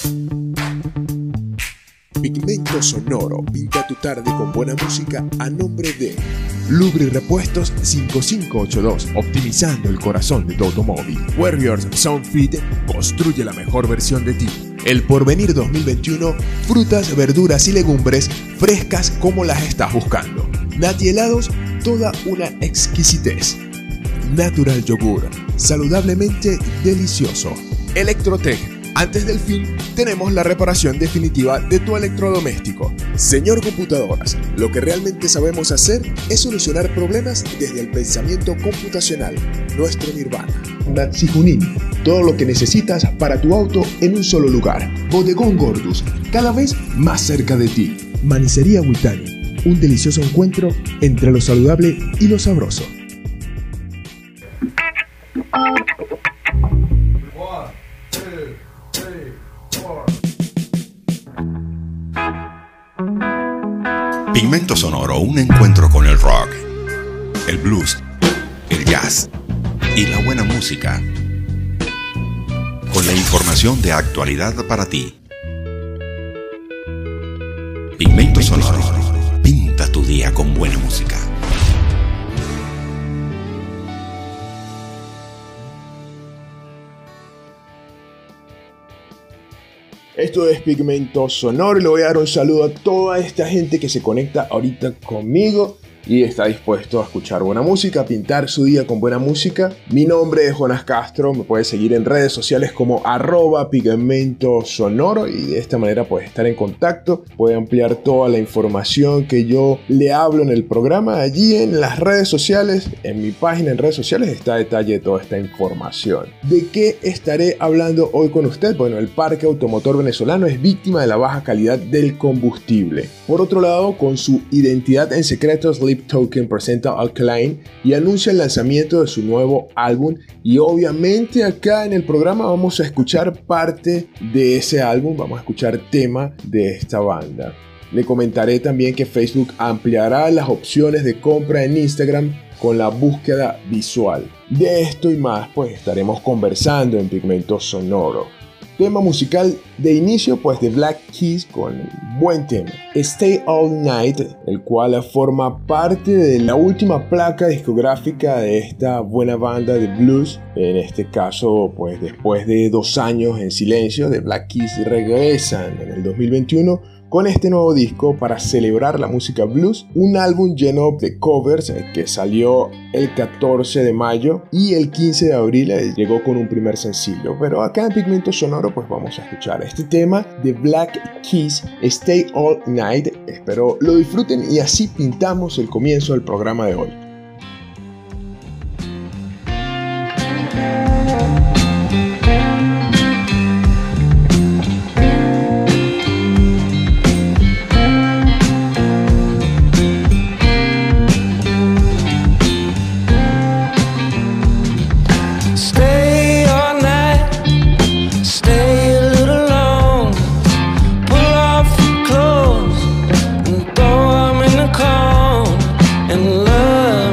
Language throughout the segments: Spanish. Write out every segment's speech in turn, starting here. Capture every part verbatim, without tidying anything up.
Pigmento Sonoro, pinta tu tarde con buena música a nombre de Lubri Repuestos cinco cinco ocho dos, optimizando el corazón de tu automóvil. Warriors Soundfit, construye la mejor versión de ti. El Porvenir dos mil veintiuno, frutas, verduras y legumbres frescas como las estás buscando. Nati Helados, toda una exquisitez. Natural Yogur, saludablemente delicioso. Electrotech, antes del fin tenemos la reparación definitiva de tu electrodoméstico. Señor Computadoras, lo que realmente sabemos hacer es solucionar problemas desde el pensamiento computacional. Nuestro nirvana. Natsi Junín, todo lo que necesitas para tu auto en un solo lugar. Bodegón Gordus, cada vez más cerca de ti. Manicería Huitani, un delicioso encuentro entre lo saludable y lo sabroso. Pigmento Sonoro, un encuentro con el rock, el blues, el jazz y la buena música, con la información de actualidad para ti. Pigmento Sonoro, pinta tu día con buena música. Esto es Pigmento Sonoro y le voy a dar un saludo a toda esta gente que se conecta ahorita conmigo y está dispuesto a escuchar buena música, a pintar su día con buena música. Mi nombre es Jonas Castro, me puedes seguir en redes sociales como arroba Pigmento Sonoro y de esta manera puedes estar en contacto, puedes ampliar toda la información que yo le hablo en el programa. Allí en las redes sociales, en mi página en redes sociales está detalle de toda esta información. ¿De qué estaré hablando hoy con usted? Bueno, el parque automotor venezolano es víctima de la baja calidad del combustible. Por otro lado, con su identidad en secreto, Sleep Token presenta Alkaline y anuncia el lanzamiento de su nuevo álbum, y obviamente acá en el programa vamos a escuchar parte de ese álbum, vamos a escuchar tema de esta banda. Le comentaré también que Facebook ampliará las opciones de compra en Instagram con la búsqueda visual. De esto y más pues estaremos conversando en Pigmento Sonoro. Tema musical de inicio pues de Black Keys con el buen tema Stay All Night, el cual forma parte de la última placa discográfica de esta buena banda de blues. En este caso pues después de dos años en silencio, The Black Keys regresan en el dos mil veintiuno con este nuevo disco para celebrar la música blues, un álbum lleno de covers que salió el catorce de mayo y el quince de abril llegó con un primer sencillo. Pero acá en Pigmento Sonoro pues vamos a escuchar este tema de Black Keys, Stay All Night. Espero lo disfruten y así pintamos el comienzo del programa de hoy. Love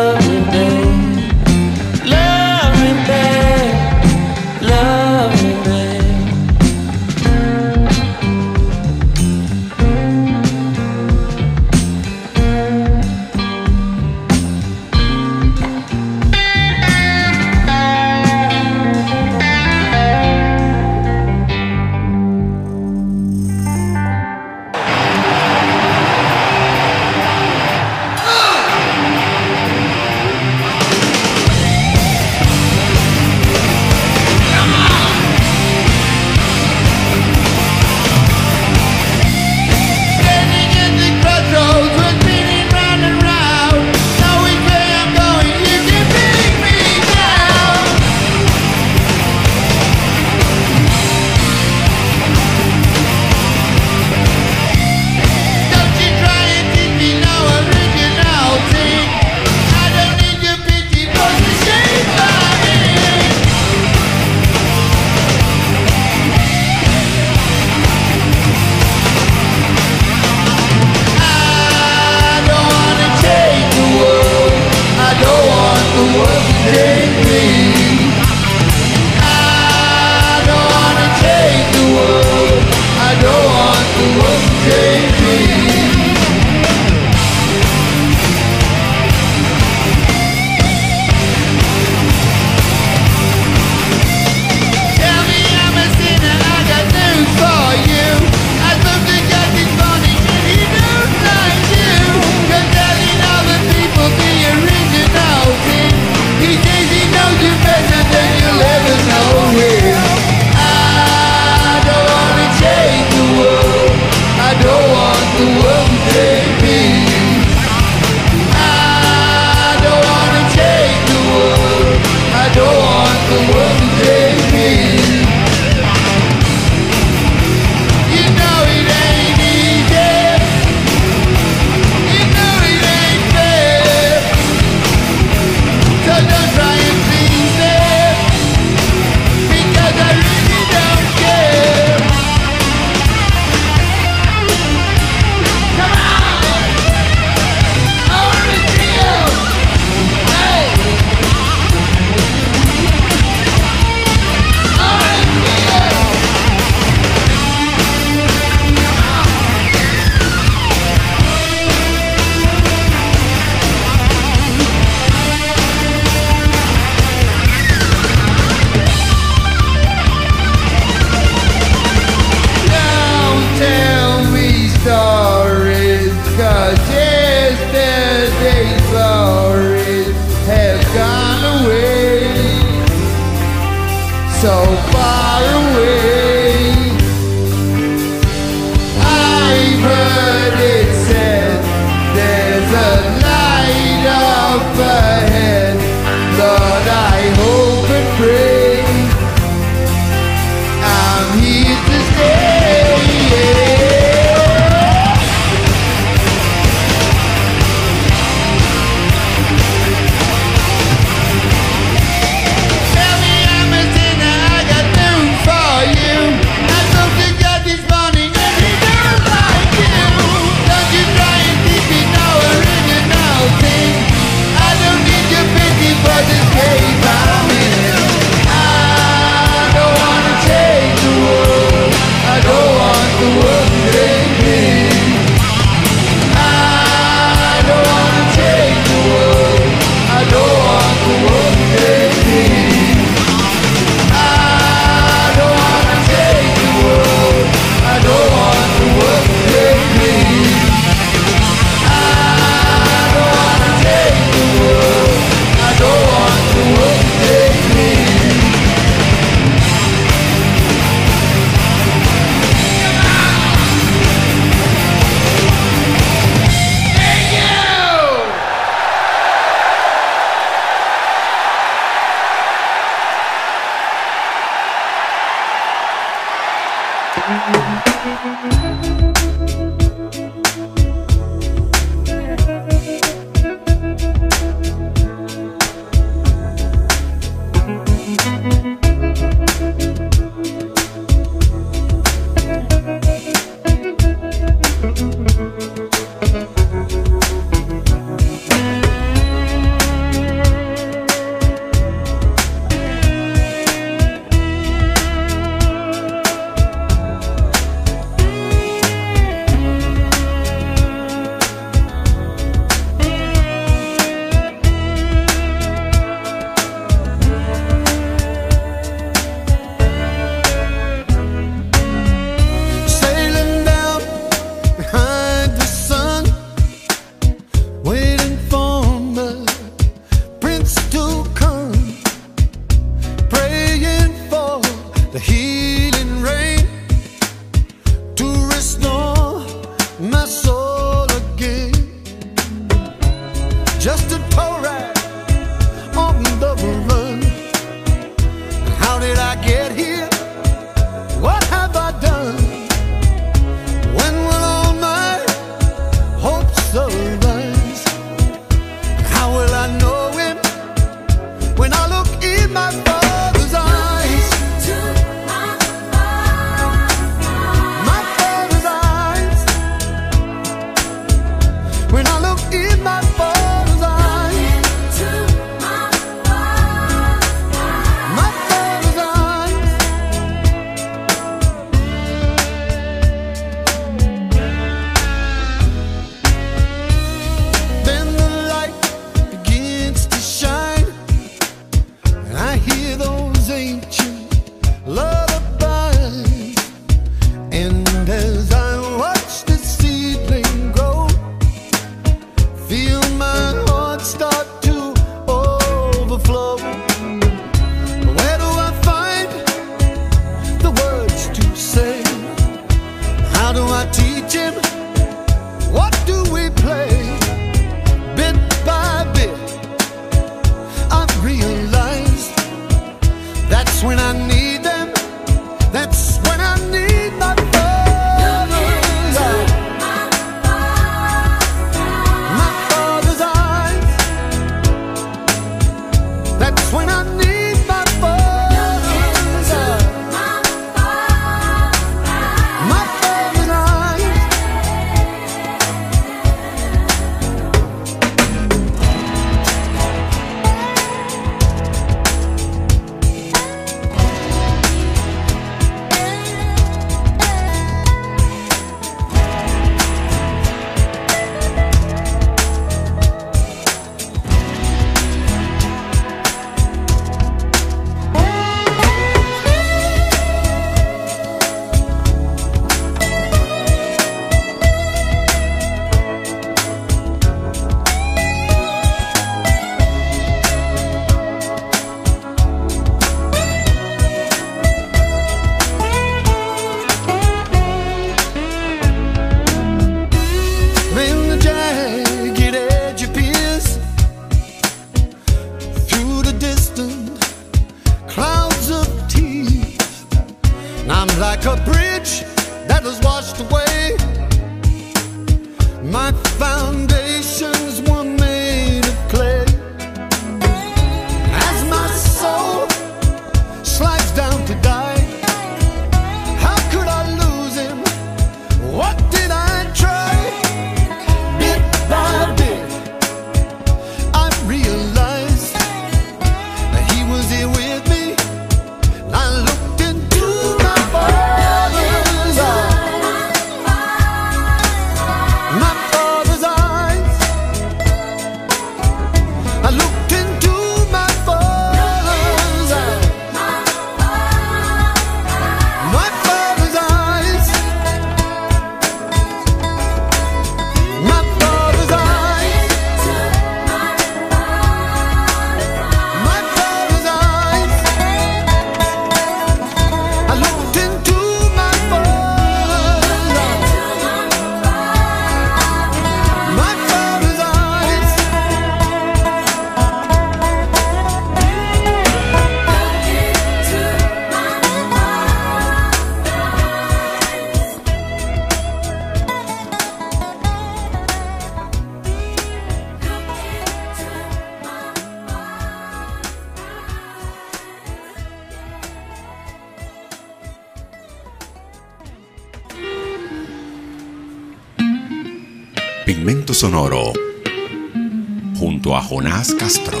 Pigmento Sonoro, junto a Jonás Castro.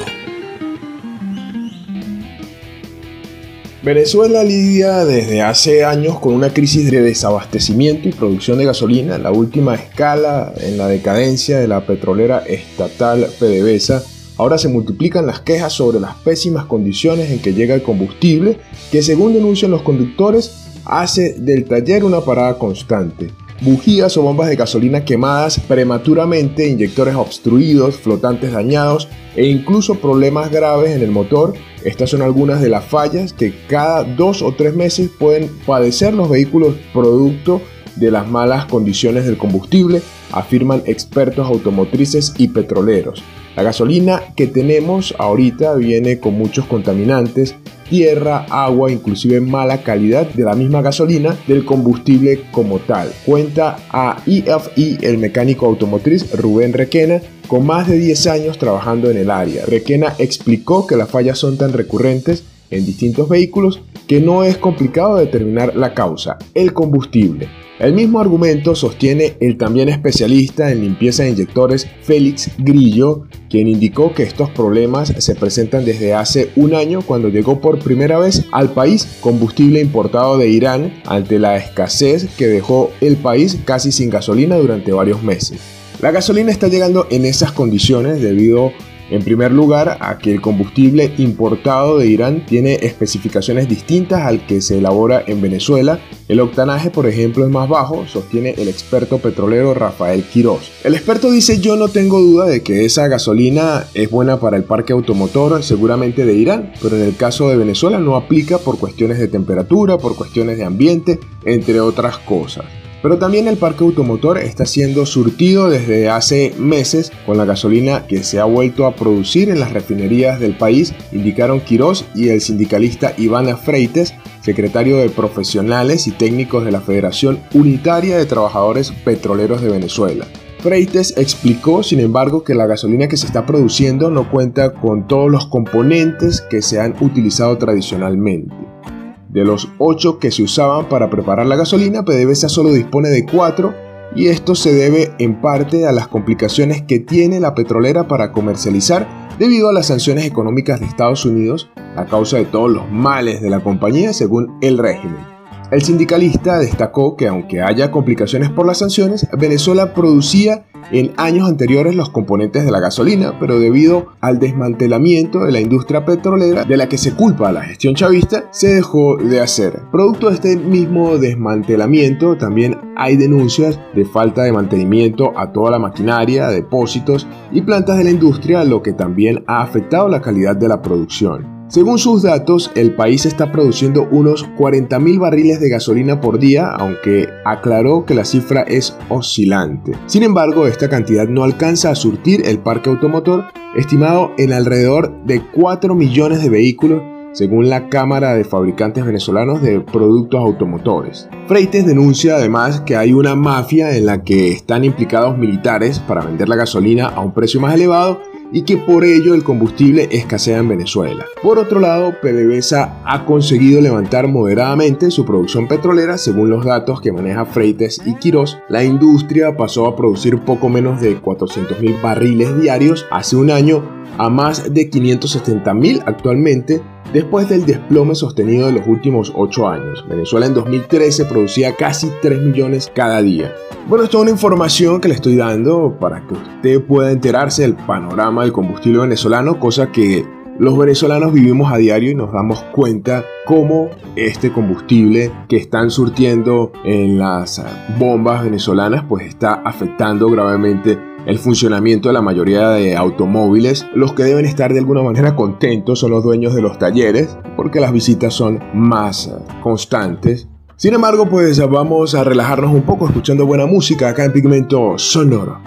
Venezuela lidia desde hace años con una crisis de desabastecimiento y producción de gasolina. La última escala en la decadencia de la petrolera estatal PDVSA. Ahora se multiplican las quejas sobre las pésimas condiciones en que llega el combustible, que según denuncian los conductores, hace del taller una parada constante. Bujías o bombas de gasolina quemadas prematuramente, inyectores obstruidos, flotantes dañados e incluso problemas graves en el motor. Estas son algunas de las fallas que cada dos o tres meses pueden padecer los vehículos producto de las malas condiciones del combustible, afirman expertos automotrices y petroleros. La gasolina que tenemos ahorita viene con muchos contaminantes, tierra, agua, inclusive mala calidad de la misma gasolina del combustible como tal. Cuenta a E F E el mecánico automotriz Rubén Requena, con más de diez años trabajando en el área. Requena explicó que las fallas son tan recurrentes en distintos vehículos que no es complicado determinar la causa, el combustible. El mismo argumento sostiene el también especialista en limpieza de inyectores Félix Grillo, quien indicó que estos problemas se presentan desde hace un año cuando llegó por primera vez al país combustible importado de Irán ante la escasez que dejó el país casi sin gasolina durante varios meses. La gasolina está llegando en esas condiciones debido en primer lugar a que el combustible importado de Irán tiene especificaciones distintas al que se elabora en Venezuela. El octanaje, por ejemplo, es más bajo, sostiene el experto petrolero Rafael Quirós. El experto dice: yo no tengo duda de que esa gasolina es buena para el parque automotor, seguramente de Irán, pero en el caso de Venezuela no aplica por cuestiones de temperatura, por cuestiones de ambiente, entre otras cosas. Pero también el parque automotor está siendo surtido desde hace meses con la gasolina que se ha vuelto a producir en las refinerías del país, indicaron Quirós y el sindicalista Iván Freites, secretario de Profesionales y Técnicos de la Federación Unitaria de Trabajadores Petroleros de Venezuela. Freites explicó, sin embargo, que la gasolina que se está produciendo no cuenta con todos los componentes que se han utilizado tradicionalmente. De los ocho que se usaban para preparar la gasolina, PDVSA solo dispone de cuatro, y esto se debe en parte a las complicaciones que tiene la petrolera para comercializar debido a las sanciones económicas de Estados Unidos a causa de todos los males de la compañía según el régimen. El sindicalista destacó que aunque haya complicaciones por las sanciones, Venezuela producía en años anteriores los componentes de la gasolina, pero debido al desmantelamiento de la industria petrolera de la que se culpa a la gestión chavista, se dejó de hacer. Producto de este mismo desmantelamiento, también hay denuncias de falta de mantenimiento a toda la maquinaria, depósitos y plantas de la industria, lo que también ha afectado la calidad de la producción. Según sus datos, el país está produciendo unos cuarenta mil barriles de gasolina por día, aunque aclaró que la cifra es oscilante. Sin embargo, esta cantidad no alcanza a surtir el parque automotor, estimado en alrededor de cuatro millones de vehículos, según la Cámara de Fabricantes Venezolanos de Productos Automotores. Freites denuncia además que hay una mafia en la que están implicados militares para vender la gasolina a un precio más elevado y que por ello el combustible escasea en Venezuela. Por otro lado, PDVSA ha conseguido levantar moderadamente su producción petrolera. Según los datos que maneja Freites y Quirós, la industria pasó a producir poco menos de cuatrocientos mil barriles diarios hace un año a más de quinientos setenta mil actualmente, después del desplome sostenido de los últimos ocho años. Venezuela en dos mil trece producía casi tres millones cada día. Bueno, esto es una información que le estoy dando para que usted pueda enterarse del panorama del combustible venezolano, cosa que los venezolanos vivimos a diario y nos damos cuenta cómo este combustible que están surtiendo en las bombas venezolanas pues está afectando gravemente el funcionamiento de la mayoría de automóviles. Los que deben estar de alguna manera contentos son los dueños de los talleres, porque las visitas son más constantes. Sin embargo, pues vamos a relajarnos un poco escuchando buena música acá en Pigmento Sonoro.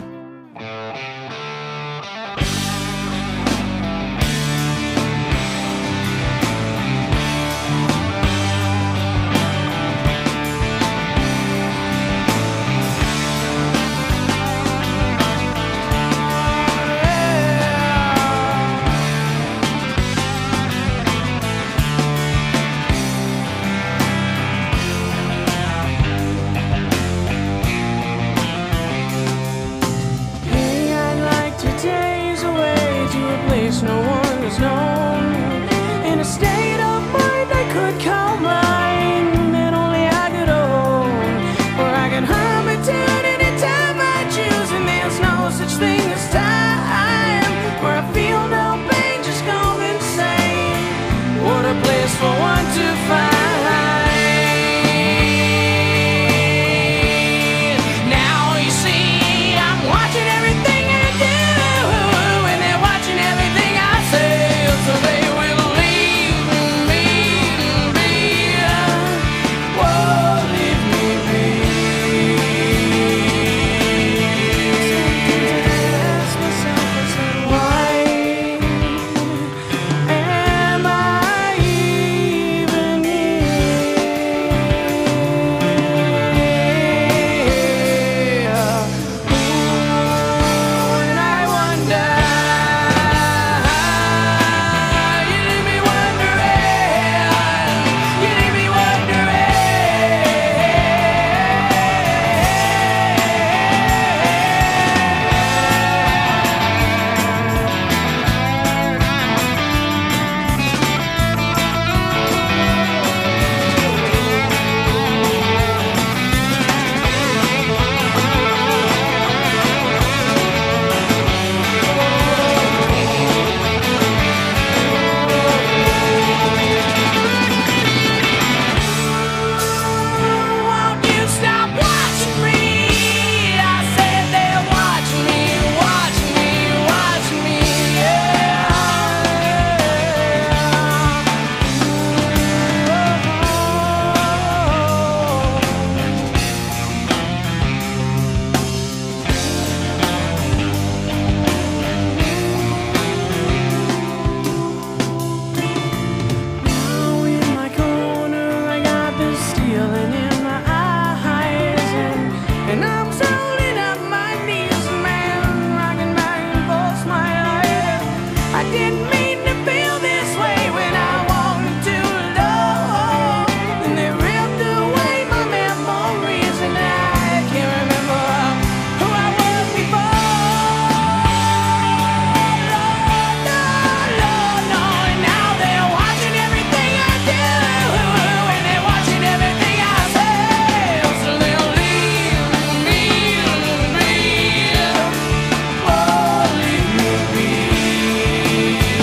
could call mine, and only I could own, where I can hum a tune anytime I choose, and there's no such thing as time, where I feel no pain, just go insane. What a place for one to find. Now you see, I'm watching everything I do, and they're watching everything I say, so they will leave me be. Whoa, leave me be. Sometimes I ask myself, I said, why am I even here? Ooh, and I wonder, you leave me wondering, you leave me wondering. Won't you stop watching me? I said they're watching me, watching me, watching me, yeah. Now in my corner, I got this stealing in my eyes, and, and I'm holding up my knees, man, rocking back and forth my life. I didn't mean to feel this way when I wanted to love, and they ripped away my memories, and I can't remember who I was before. Lord, no, Lord, no, and now they're watching everything I do, and they're watching everything I say, so they'll leave me be. Oh, leave me be.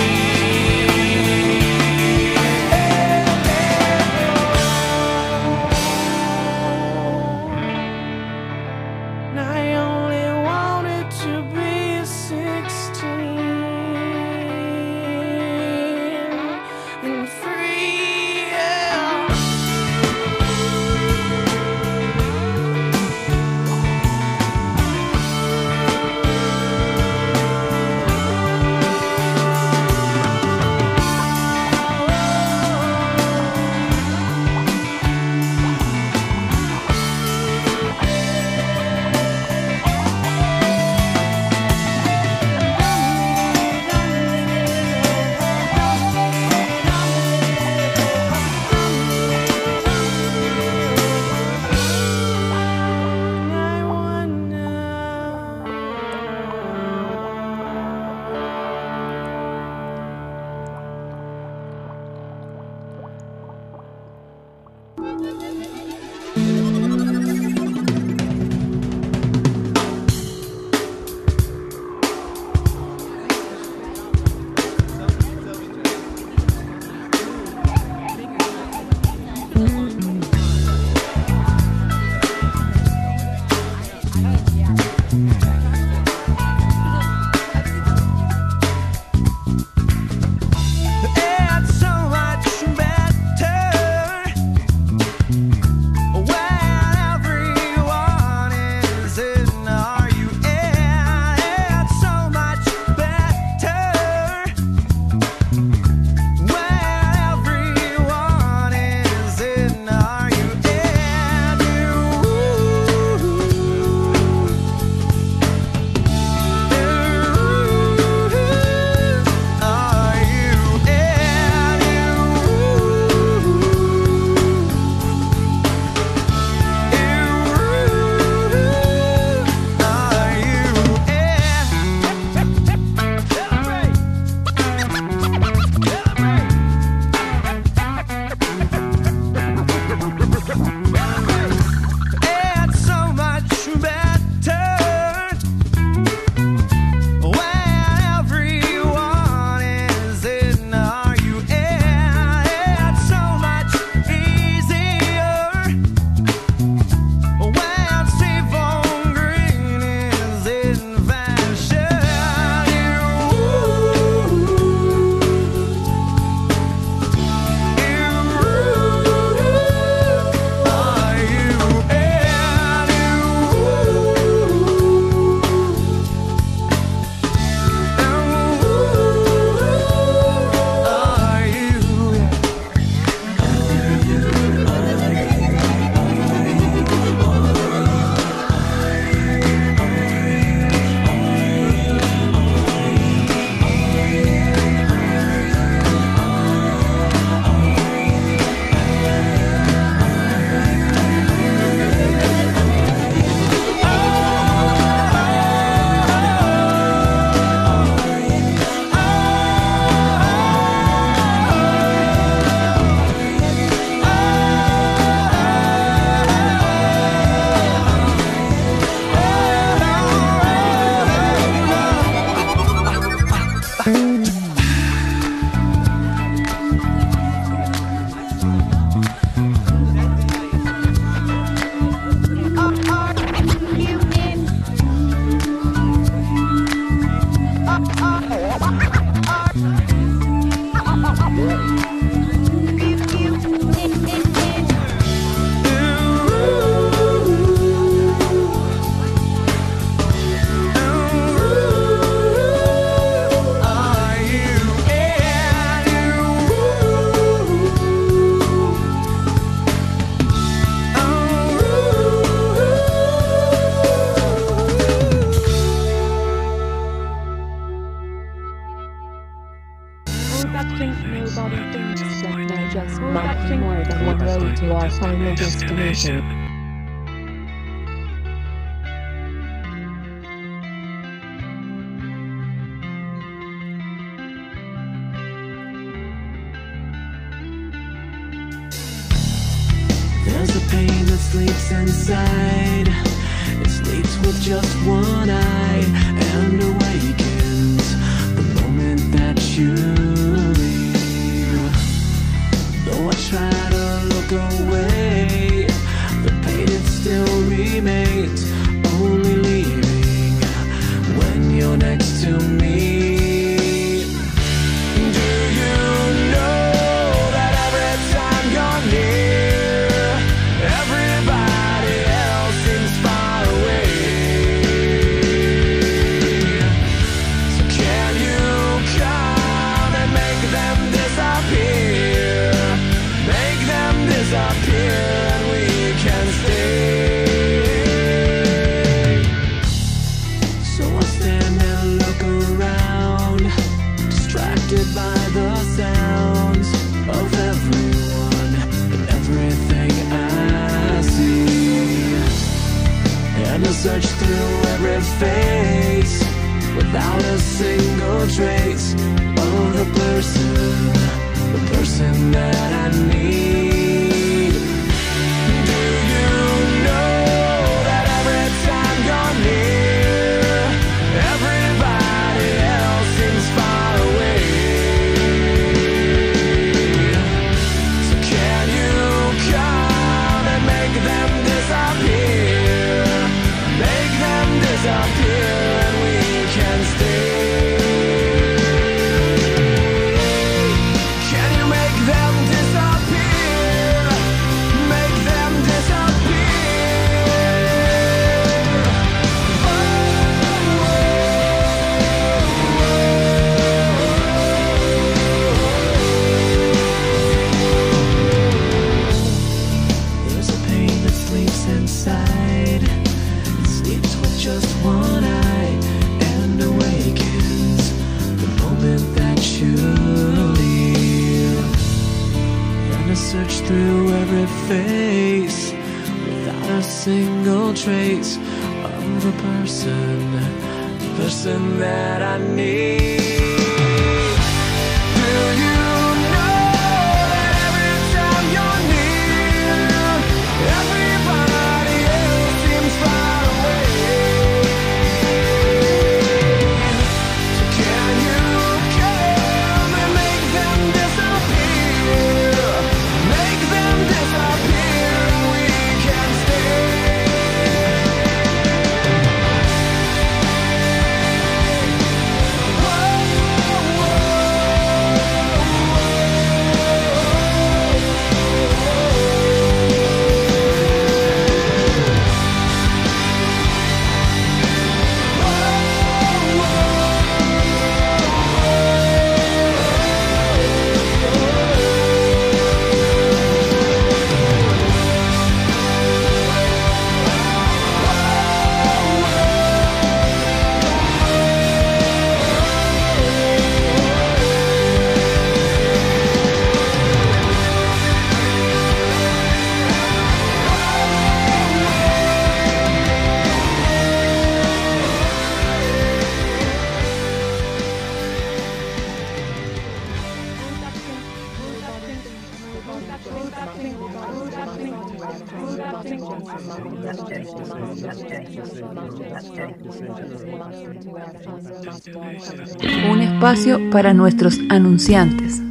And I only wanted to be sixteen and free. Yeah. I wonder. It's so much better just nothing more than one road to our final destination. There's a pain that sleeps inside. It sleeps with just one eye and awakens the moment that you leave. Though I try to look away, the pain it still remains, only leaving when you're next to me. Search through every face without a single trace of the person, the person that I need. Do you know that every time you're near, everybody else seems far away? So can you come and make them disappear? Make them disappear and we can stay. Can you make them disappear? Make them disappear. There's a pain that sleeps inside. Just one eye and awakens the moment that you leave. And I search through every face without a single trace of the person, the person that I need. Do you Un espacio para nuestros anunciantes.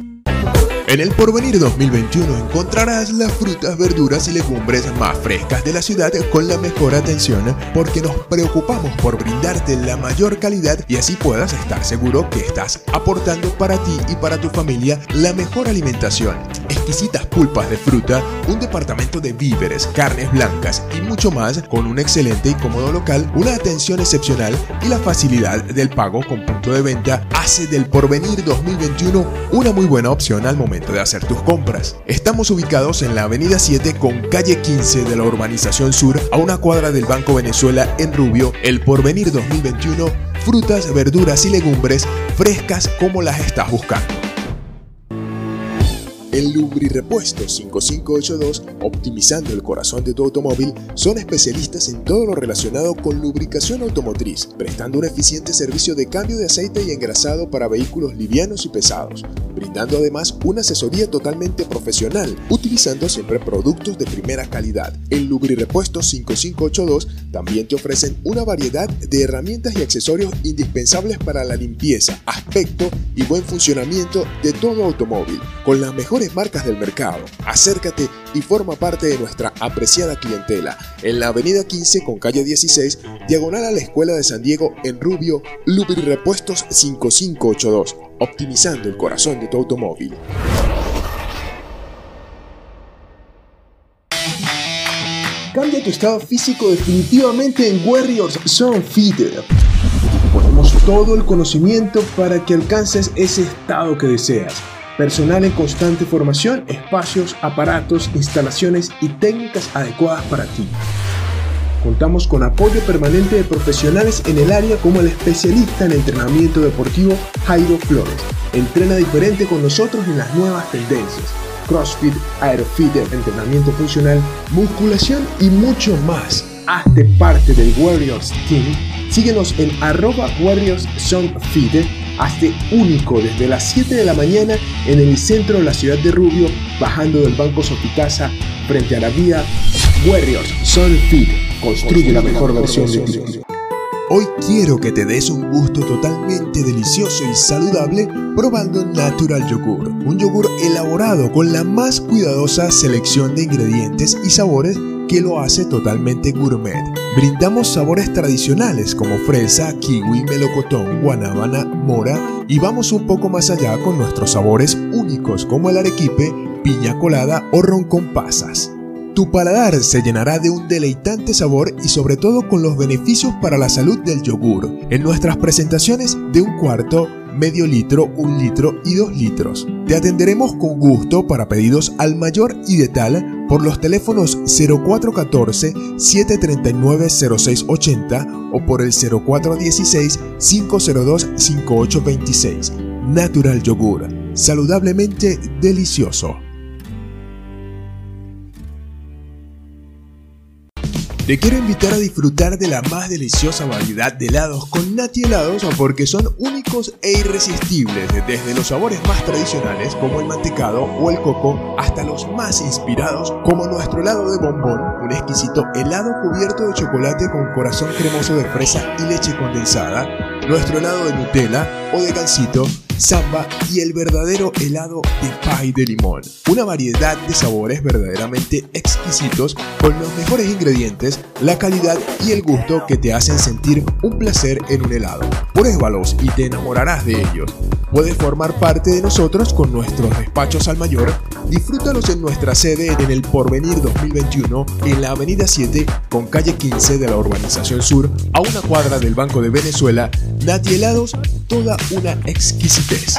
En el Porvenir dos mil veintiuno encontrarás las frutas, verduras y legumbres más frescas de la ciudad con la mejor atención, porque nos preocupamos por brindarte la mayor calidad y así puedas estar seguro que estás aportando para ti y para tu familia la mejor alimentación. Exquisitas pulpas de fruta, un departamento de víveres, carnes blancas y mucho más, con un excelente y cómodo local, una atención excepcional y la facilidad del pago con punto de venta hace del Porvenir dos mil veintiuno una muy buena opción al momento de hacer tus compras. Estamos ubicados en la avenida siete con calle quince de la urbanización sur, a una cuadra del Banco Venezuela en Rubio. El Porvenir dos mil veintiuno, frutas, verduras y legumbres frescas como las estás buscando. En Lubrirepuestos cinco cinco ocho dos, optimizando el corazón de tu automóvil, son especialistas en todo lo relacionado con lubricación automotriz, prestando un eficiente servicio de cambio de aceite y engrasado para vehículos livianos y pesados, brindando además una asesoría totalmente profesional, utilizando siempre productos de primera calidad. En Lubrirepuestos cinco cinco ocho dos también te ofrecen una variedad de herramientas y accesorios indispensables para la limpieza, aspecto y buen funcionamiento de todo automóvil, con las mejores marcas del mercado. Acércate y forma parte de nuestra apreciada clientela en la avenida quince con calle dieciséis, diagonal a la Escuela de San Diego en Rubio. Lubrirepuestos cinco cinco ocho dos, optimizando el corazón de tu automóvil. Cambia tu estado físico definitivamente en Warriors Zone Fit. Ponemos todo el conocimiento para que alcances ese estado que deseas. Personal en constante formación, espacios, aparatos, instalaciones y técnicas adecuadas para ti. Contamos con apoyo permanente de profesionales en el área como el especialista en entrenamiento deportivo Jairo Flores. Entrena diferente con nosotros en las nuevas tendencias: CrossFit, Aerofit, entrenamiento funcional, musculación y mucho más. Hazte parte del Warriors Team. Síguenos en arroba Warriors Zone Fit. Hazte único desde las siete de la mañana en el centro de la ciudad de Rubio, bajando del Banco Sopicasa frente a la vía. Warriors Zone Fit. Construye la mejor versión de ti. Hoy quiero que te des un gusto totalmente delicioso y saludable probando Natural Yogur, un yogur elaborado con la más cuidadosa selección de ingredientes y sabores que lo hace totalmente gourmet. Brindamos sabores tradicionales como fresa, kiwi, melocotón, guanábana, mora, y vamos un poco más allá con nuestros sabores únicos como el arequipe, piña colada o ron con pasas. Tu paladar se llenará de un deleitante sabor y sobre todo con los beneficios para la salud del yogur en nuestras presentaciones de un cuarto, medio litro, un litro y dos litros. Te atenderemos con gusto para pedidos al mayor y de tal por los teléfonos cero cuatro uno cuatro, siete tres nueve, cero seis ocho cero o por el cero cuatro uno seis, cinco cero dos, cinco ocho dos seis. Natural Yogur, saludablemente delicioso. Te quiero invitar a disfrutar de la más deliciosa variedad de helados con Nati Helados porque son únicos e irresistibles, desde los sabores más tradicionales como el mantecado o el coco hasta los más inspirados como nuestro helado de bombón, un exquisito helado cubierto de chocolate con corazón cremoso de fresa y leche condensada, nuestro helado de Nutella o de gansito, samba y el verdadero helado de pay de limón. Una variedad de sabores verdaderamente exquisitos con los mejores ingredientes, la calidad y el gusto que te hacen sentir un placer en un helado. Pruébalos y te enamorarás de ellos. Puedes formar parte de nosotros con nuestros despachos al mayor. Disfrútalos en nuestra sede en el Porvenir dos mil veintiuno en la avenida siete con calle quince de la urbanización sur, a una cuadra del Banco de Venezuela. Nati Helados, toda una exquisitez.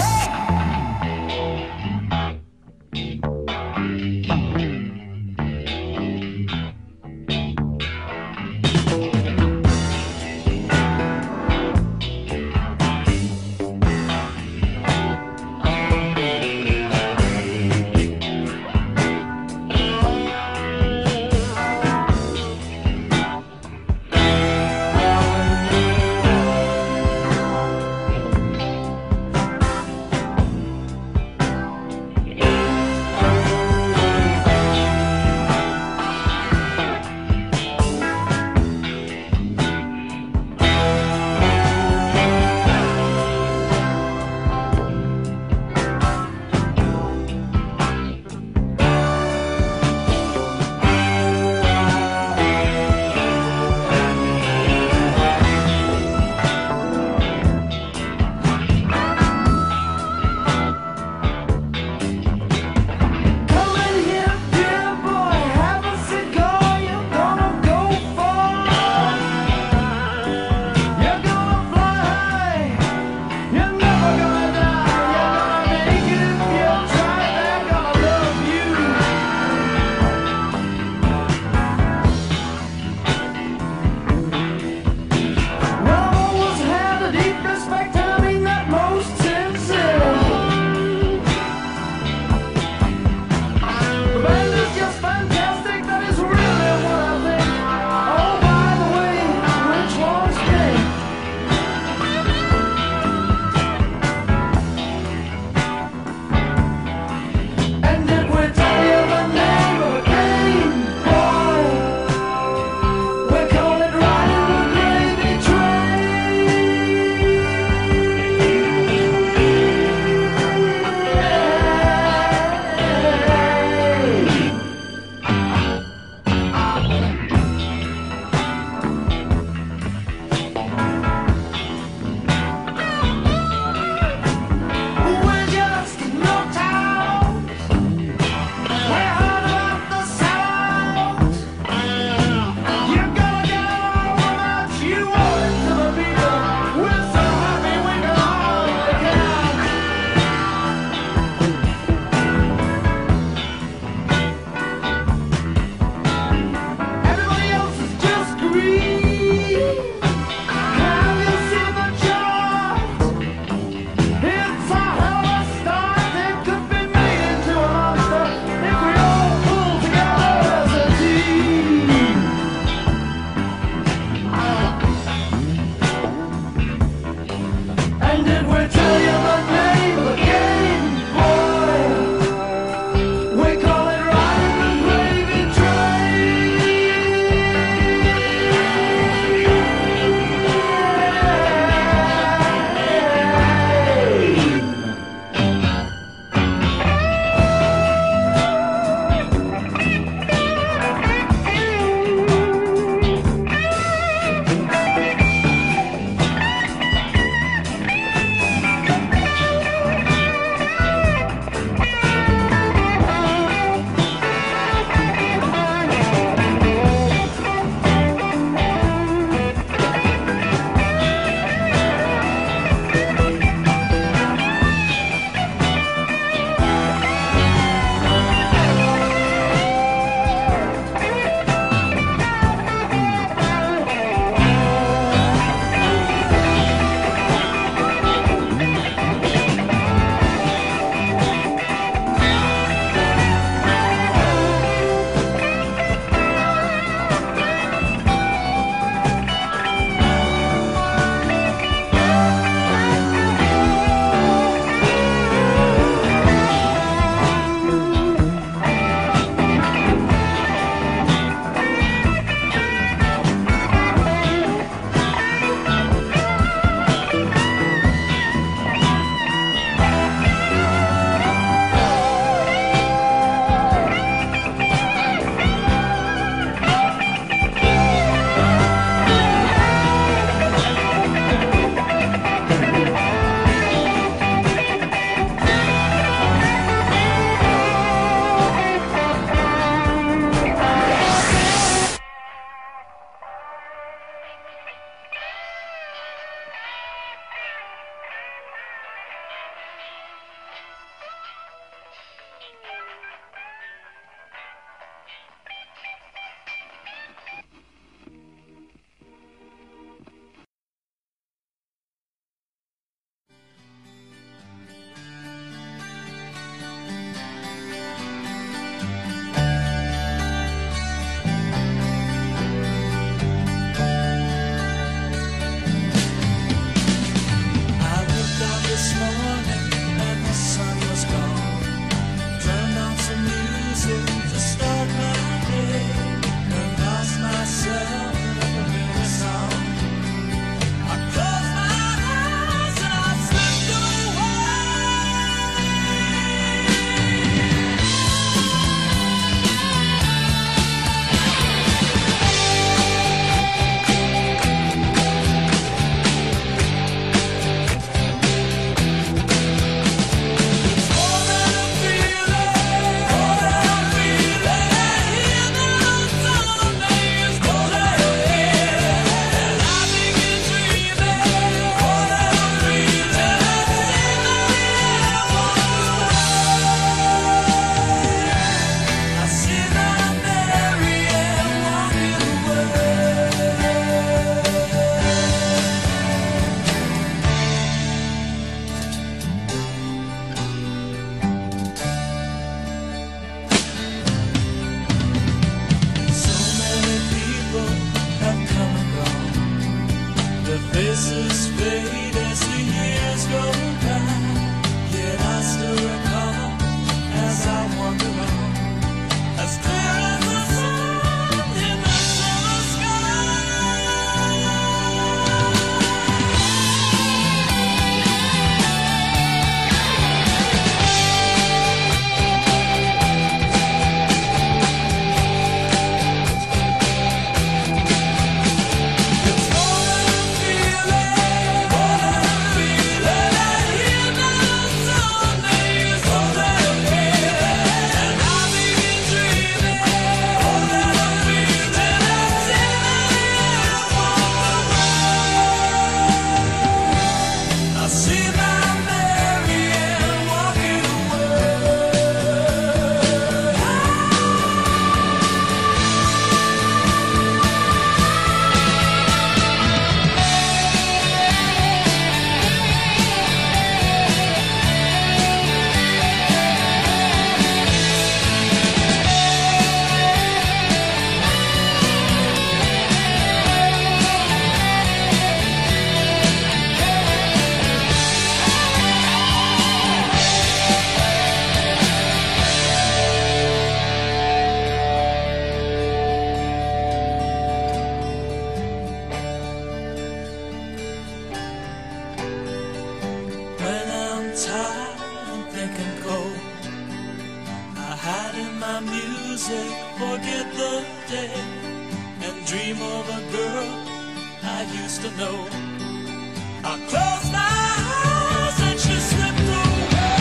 my music, forget the day, and dream of a girl I used to know. I close my eyes and she slipped away.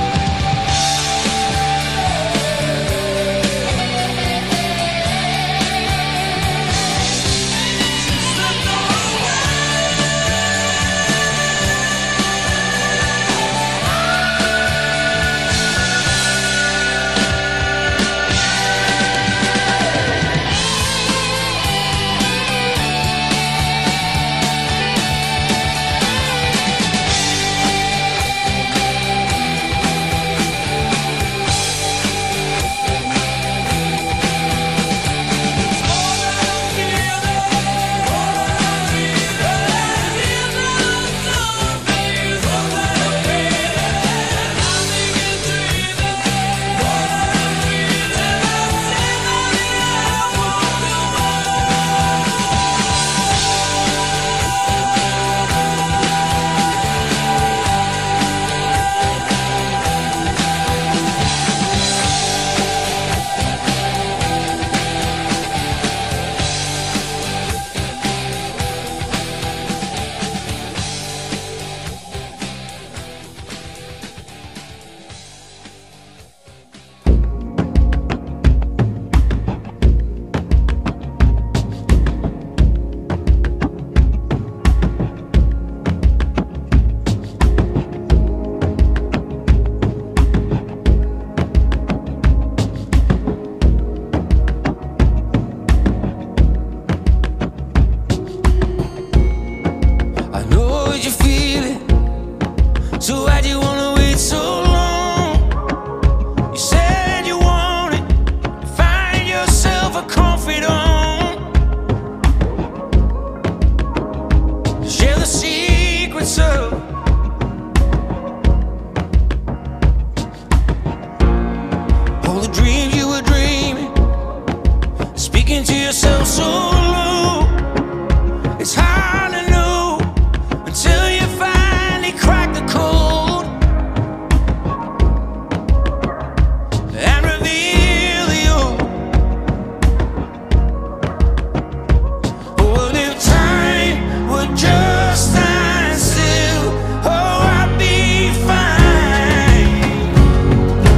She slipped away.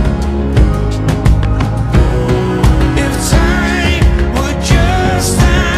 If time would just stand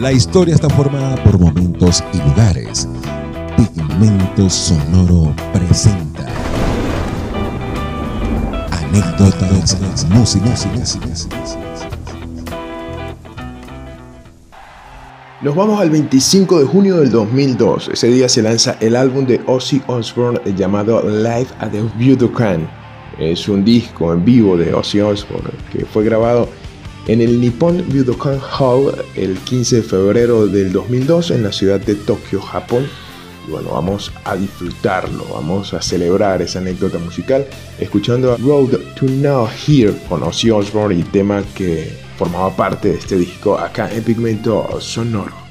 La historia está formada por momentos y lugares. Pigmento Sonoro presenta anécdotas, música, música. Nos vamos al veinticinco de junio del dos mil dos. Ese día se lanza el álbum de Ozzy Osbourne llamado Live at the Budokan. Es un disco en vivo de Ozzy Osbourne que fue grabado en el Nippon Budokan Hall el quince de febrero del dos mil dos en la ciudad de Tokio, Japón. Y bueno, vamos a disfrutarlo, vamos a celebrar esa anécdota musical escuchando Road to Now Here con Ozzy Osbourne y tema que formaba parte de este disco acá en Pigmento Sonoro.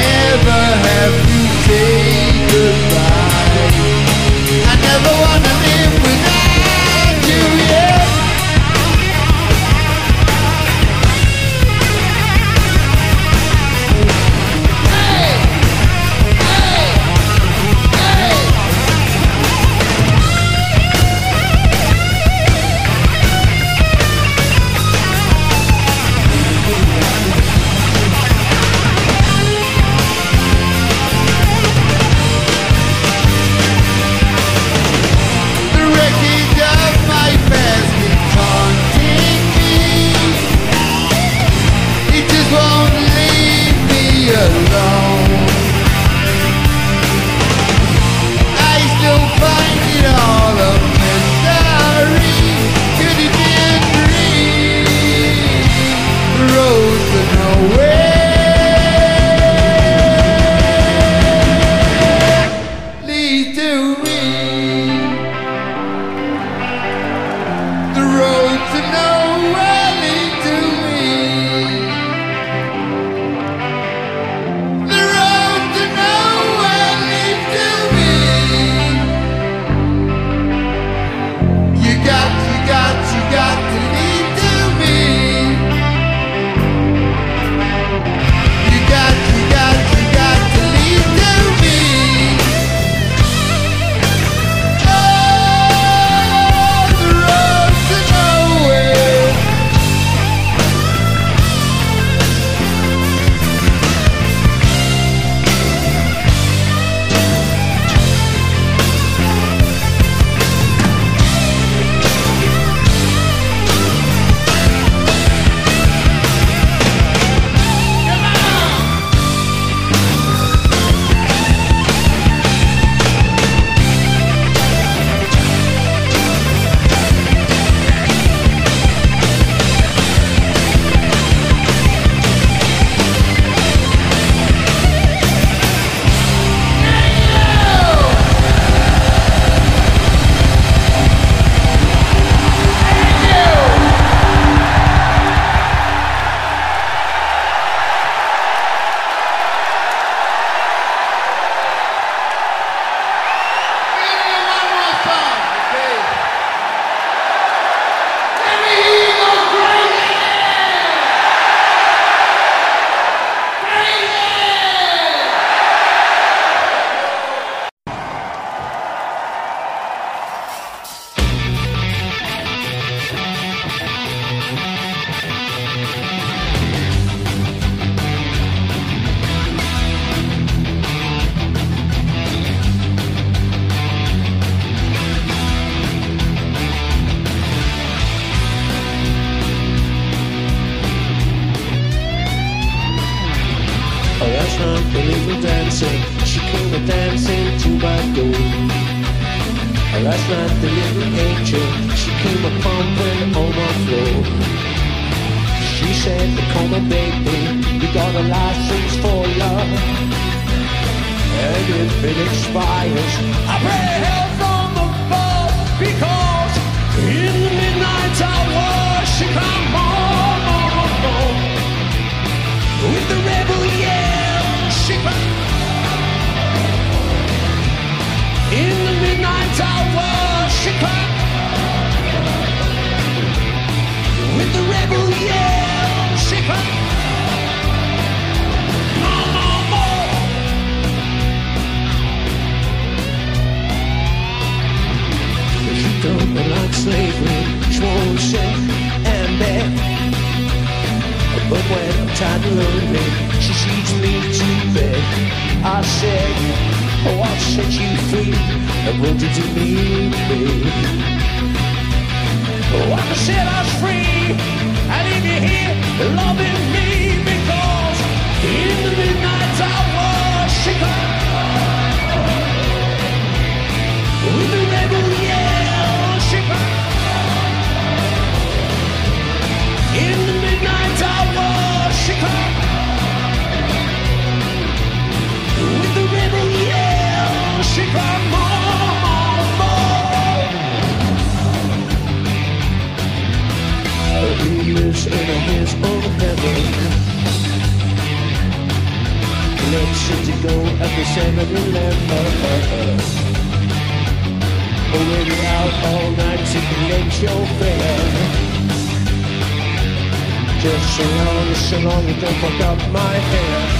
I never wanna leave. came a dancing, she came a dancing to my door. Last night the little angel, she came a pumping on my floor. She said, come on baby, you got a license for love, and if it expires, I pray hell from above, because in the midnight hour she come home, home, home. With the rebel yell, she come. In the midnight hour she come. With the rebel yell, she come. More, more, more. She don't like slavery, she won't say and beg. But when I'm tired of lonely, she sees me to bed. I said, oh, I'll set you free, and won't you do me, babe? Oh, I said I was free, and if you're here, loving me, because in the midnight hour, she comes. With the rebel yell, she comes. In the midnight hour, she comes. With the rebel yell, she comes. More, more, more. He lives in his own heaven. Let's sit to go at the seven eleven. We'll be out all night to collect your fare. Just so long, so long you don't fuck up my hair.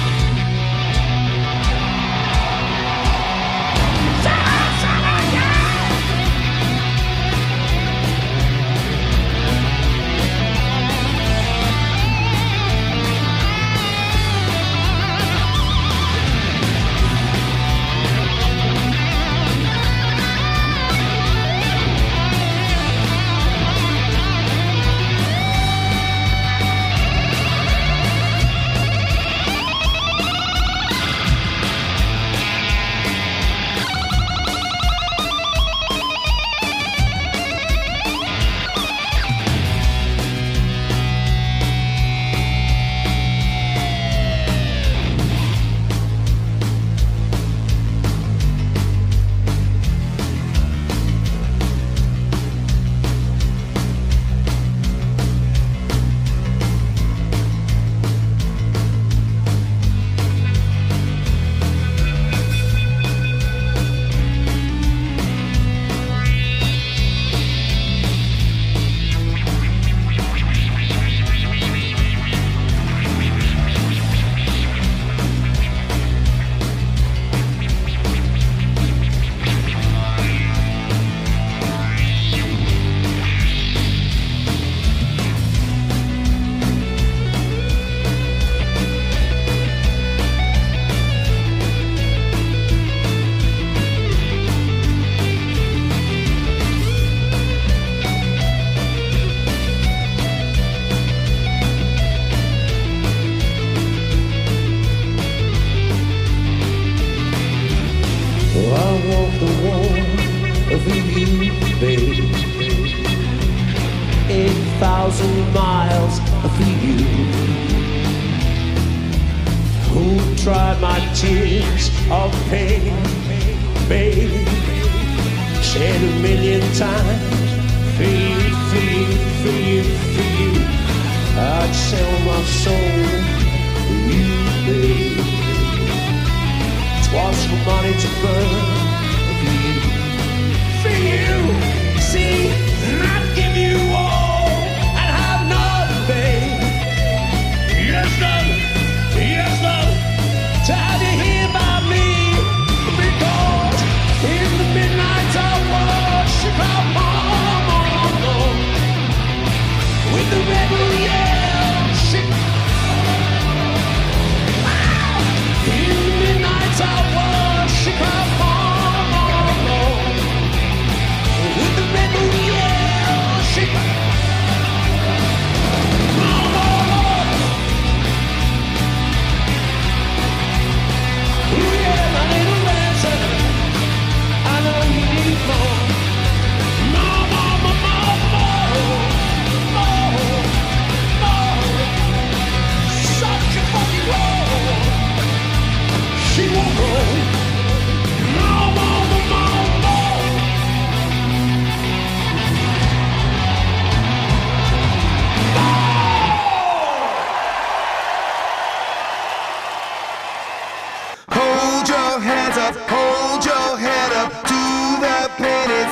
Miles for you, who tried my tears of pain, babe, said a million times, for you, for you, for you, for you, I'd sell my soul for you, babe. Twas for money to burn for you, for you, see, I'd give you all. Yes, love, yes, love, time to hear about me, because in the midnight hour, she come home, home, home, with the rebel yell, she in the midnight hour, she come home.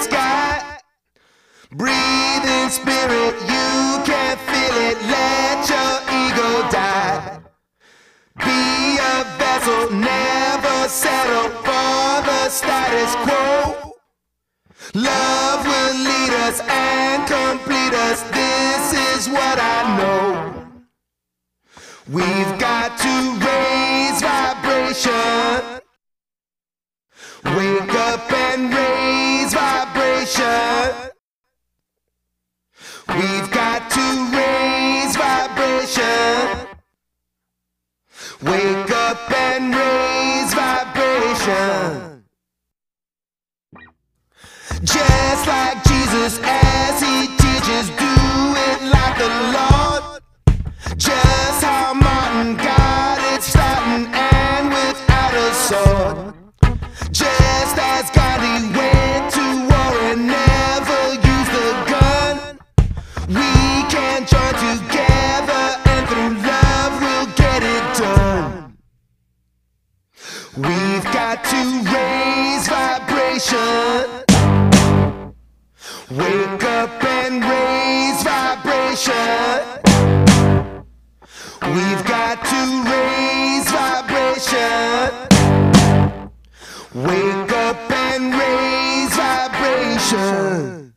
sky. Breathe in spirit, you can feel it. Let your ego die. Be a vessel, never settle for the status quo. Love will lead us and complete us. This is what I know. We've got to raise vibration. Wake up and raise vibration. We've got to raise vibration. Wake up and raise vibration. Just like Jesus as he teaches, do it like the Lord. Just how Martin got it starting and without a sword. Just as Gandhi went to war and never used a gun. We can join together and through love we'll get it done. We've got to raise vibration. Wake up and raise vibration. We've got to raise vibration. Wake up and raise vibration.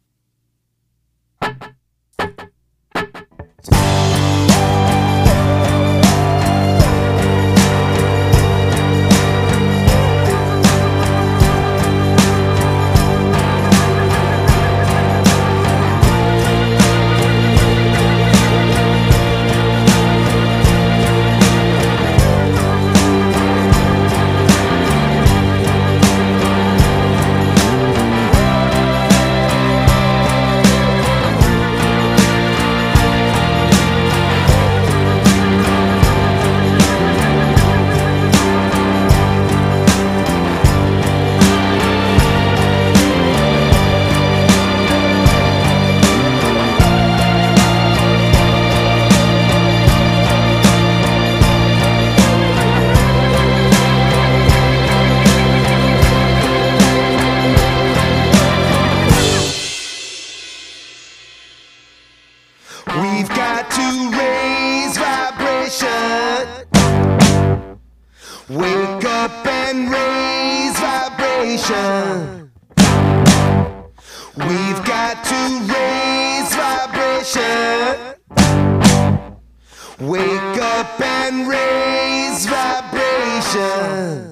We've got to raise vibration. Wake up and raise vibration. We've got to raise vibration. Wake up and raise vibration.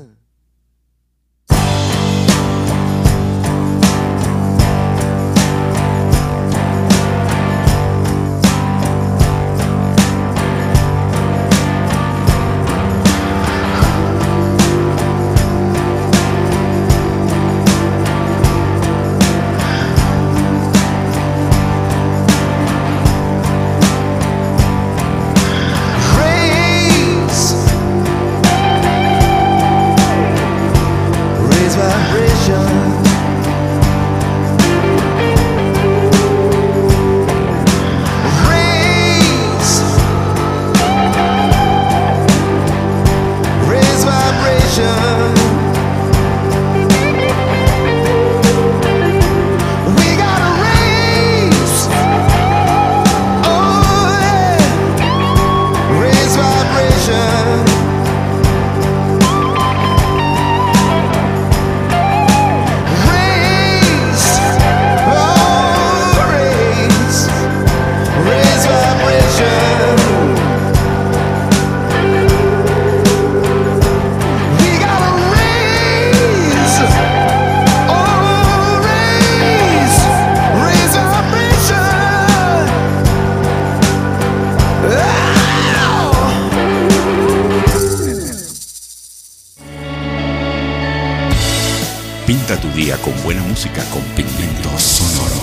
Pinta tu día con buena música con Pigmento Sonoro.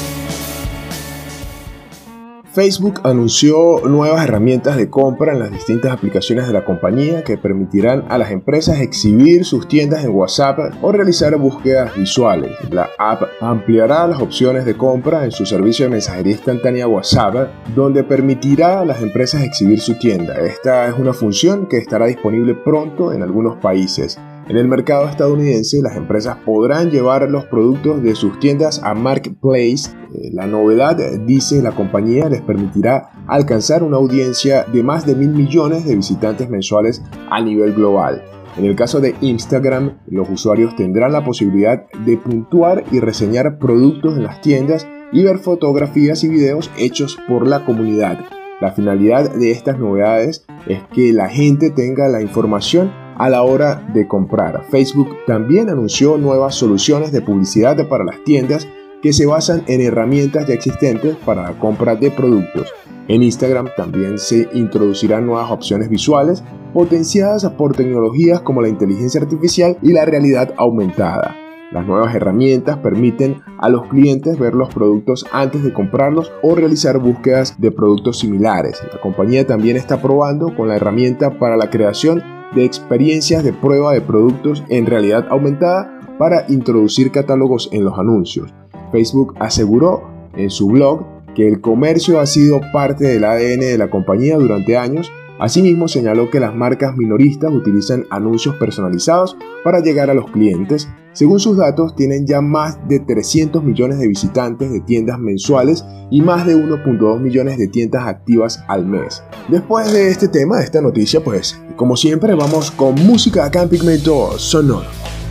Facebook anunció nuevas herramientas de compra en las distintas aplicaciones de la compañía que permitirán a las empresas exhibir sus tiendas en WhatsApp o realizar búsquedas visuales. La app ampliará las opciones de compra en su servicio de mensajería instantánea WhatsApp, donde permitirá a las empresas exhibir su tienda. Esta es una función que estará disponible pronto en algunos países. En el mercado estadounidense, las empresas podrán llevar los productos de sus tiendas a Marketplace. La novedad, dice la compañía, les permitirá alcanzar una audiencia de más de mil millones de visitantes mensuales a nivel global. En el caso de Instagram, los usuarios tendrán la posibilidad de puntuar y reseñar productos en las tiendas y ver fotografías y videos hechos por la comunidad. La finalidad de estas novedades es que la gente tenga la información a la hora de comprar. Facebook también anunció nuevas soluciones de publicidad para las tiendas que se basan en herramientas ya existentes para la compra de productos. En Instagram también se introducirán nuevas opciones visuales potenciadas por tecnologías como la inteligencia artificial y la realidad aumentada. Las nuevas herramientas permiten a los clientes ver los productos antes de comprarlos o realizar búsquedas de productos similares. La compañía también está probando con la herramienta para la creación de experiencias de prueba de productos en realidad aumentada para introducir catálogos en los anuncios. Facebook aseguró en su blog que el comercio ha sido parte del A D N de la compañía durante años. Asimismo, señaló que las marcas minoristas utilizan anuncios personalizados para llegar a los clientes. Según sus datos, tienen ya más de trescientos millones de visitantes de tiendas mensuales y más de uno punto dos millones de tiendas activas al mes. Después de este tema, de esta noticia, pues, como siempre, vamos con música acá en Pigmento Sonoro.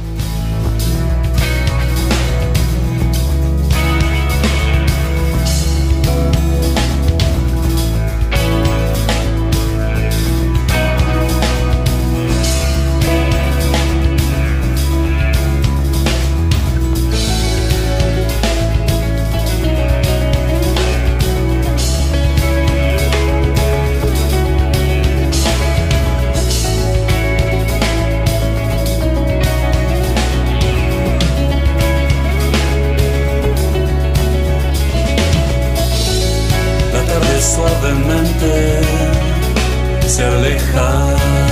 Suavemente se aleja.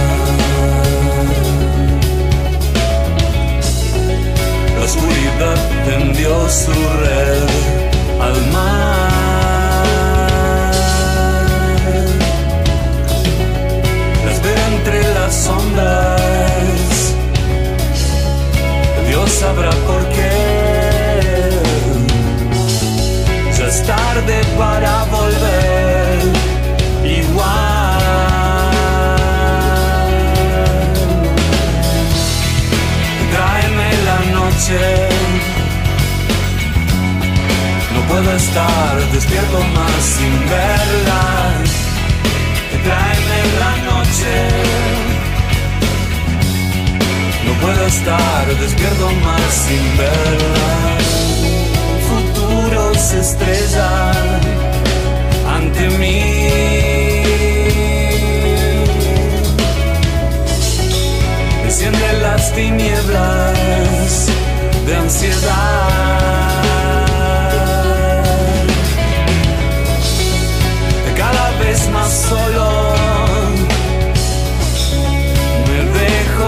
La oscuridad tendió su red al mar. Las veo entre las sombras. Dios sabrá por qué. Ya es tarde para volver igual. Tráeme la noche. No puedo estar despierto más sin verla. Tráeme la noche. No puedo estar despierto más sin verla. Futuros se estrellan ante mí. Enciende las tinieblas de ansiedad. Cada vez más solo me dejo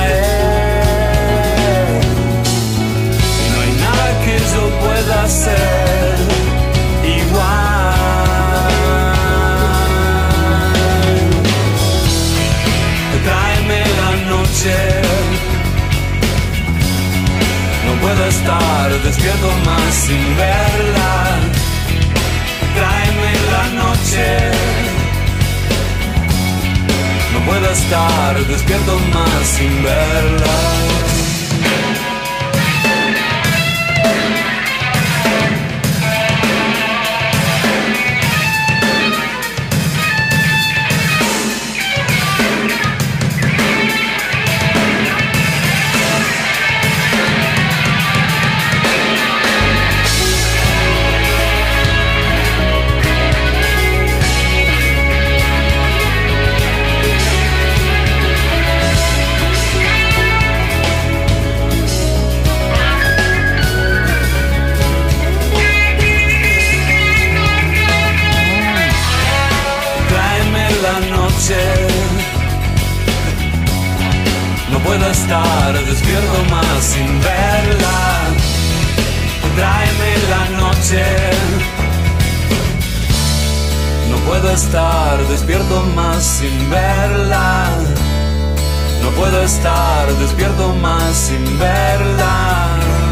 caer. No hay nada que yo pueda hacer igual. Tráeme la noche. No puedo estar despierto más sin verla. Tráeme la noche. No puedo estar despierto más sin verla. No puedo estar despierto más sin verla. Tráeme la noche. No puedo estar despierto más sin verla. No no puedo estar despierto más sin verla.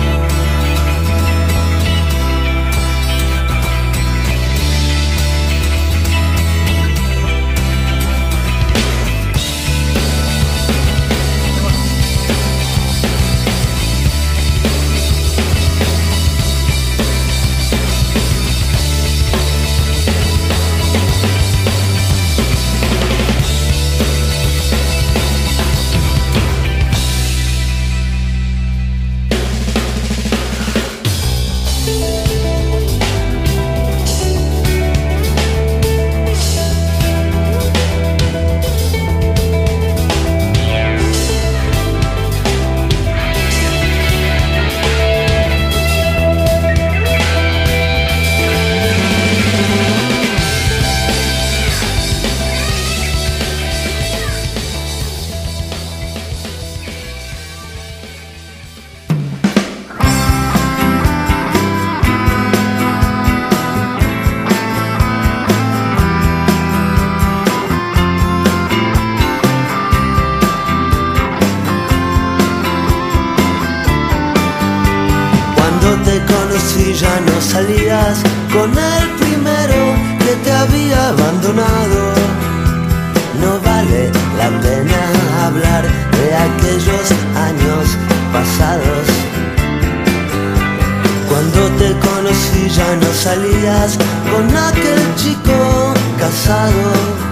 Ya no salías con el primero que te había abandonado. No vale la pena hablar de aquellos años pasados. Cuando te conocí ya no salías con aquel chico casado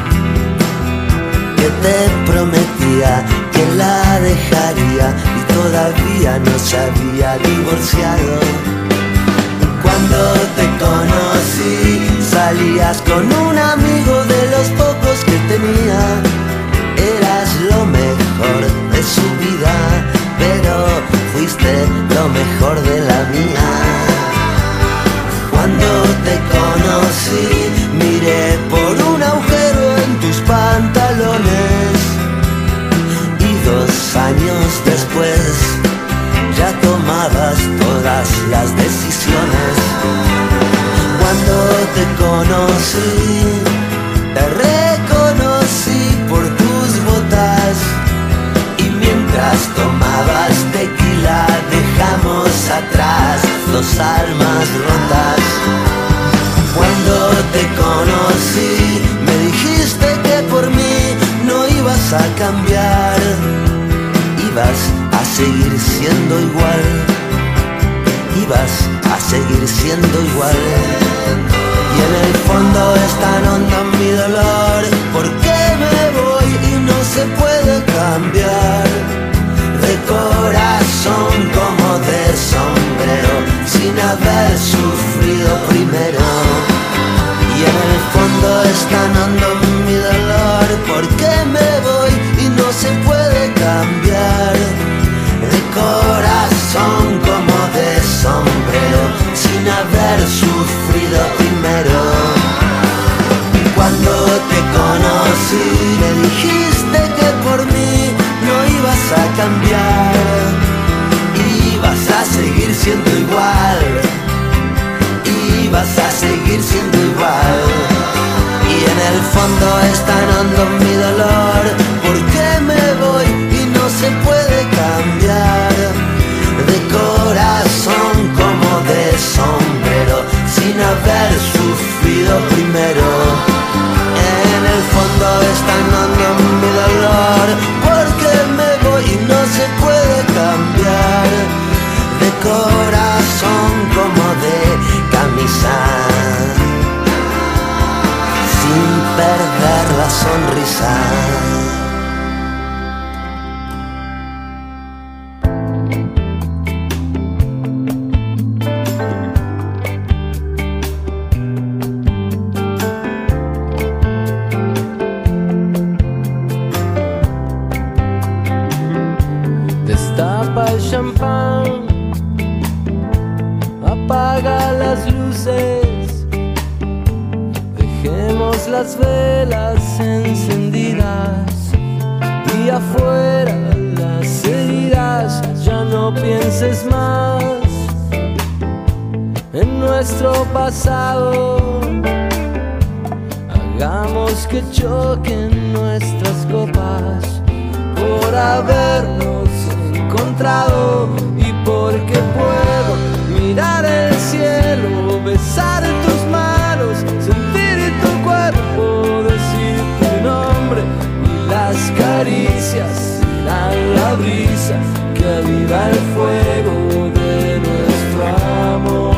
que te prometía que la dejaría y todavía no se había divorciado. Cuando te conocí salías con un amigo de los pocos que tenía. Eras lo mejor de su vida, pero fuiste lo mejor de la mía. Cuando te conocí miré por un agujero en tus pantalones y dos años después ya tomabas todas las decisiones. Cuando te conocí, te reconocí por tus botas y mientras tomabas tequila dejamos atrás dos almas rotas. Cuando te conocí, me dijiste que por mí no ibas a cambiar, ibas a seguir siendo igual, ibas a seguir siendo igual. Y en el fondo es tan hondo mi dolor, porque me voy y no se puede cambiar. De corazón como de sombrero, sin haber sufrido primero. Y en el fondo es tan hondo mi dolor, porque me voy y no se puede cambiar. De corazón como de sombrero, sin haber sufrido primero. Cuando te conocí me dijiste que por mí no ibas a cambiar, ibas a seguir siendo igual, ibas a seguir siendo igual. Y en el fondo es tan hondo mi dolor, porque me voy y no se puede cambiar. De corazón como de sombrero, sin haber sufrido primero. En el fondo es tan hondo mi dolor, porque me voy y no se puede cambiar. De corazón como de camisa, sin perder la sonrisa. Destapa el champán, apaga las luces, dejemos las velas encendidas y afuera las heridas. Ya no pienses más en nuestro pasado, hagamos que choquen nuestras copas por habernos encontrado y porque puedo mirar el cielo, besar tus manos, sentir tu cuerpo, decir tu nombre y las caricias serán la brisa que aviva el fuego de nuestro amor.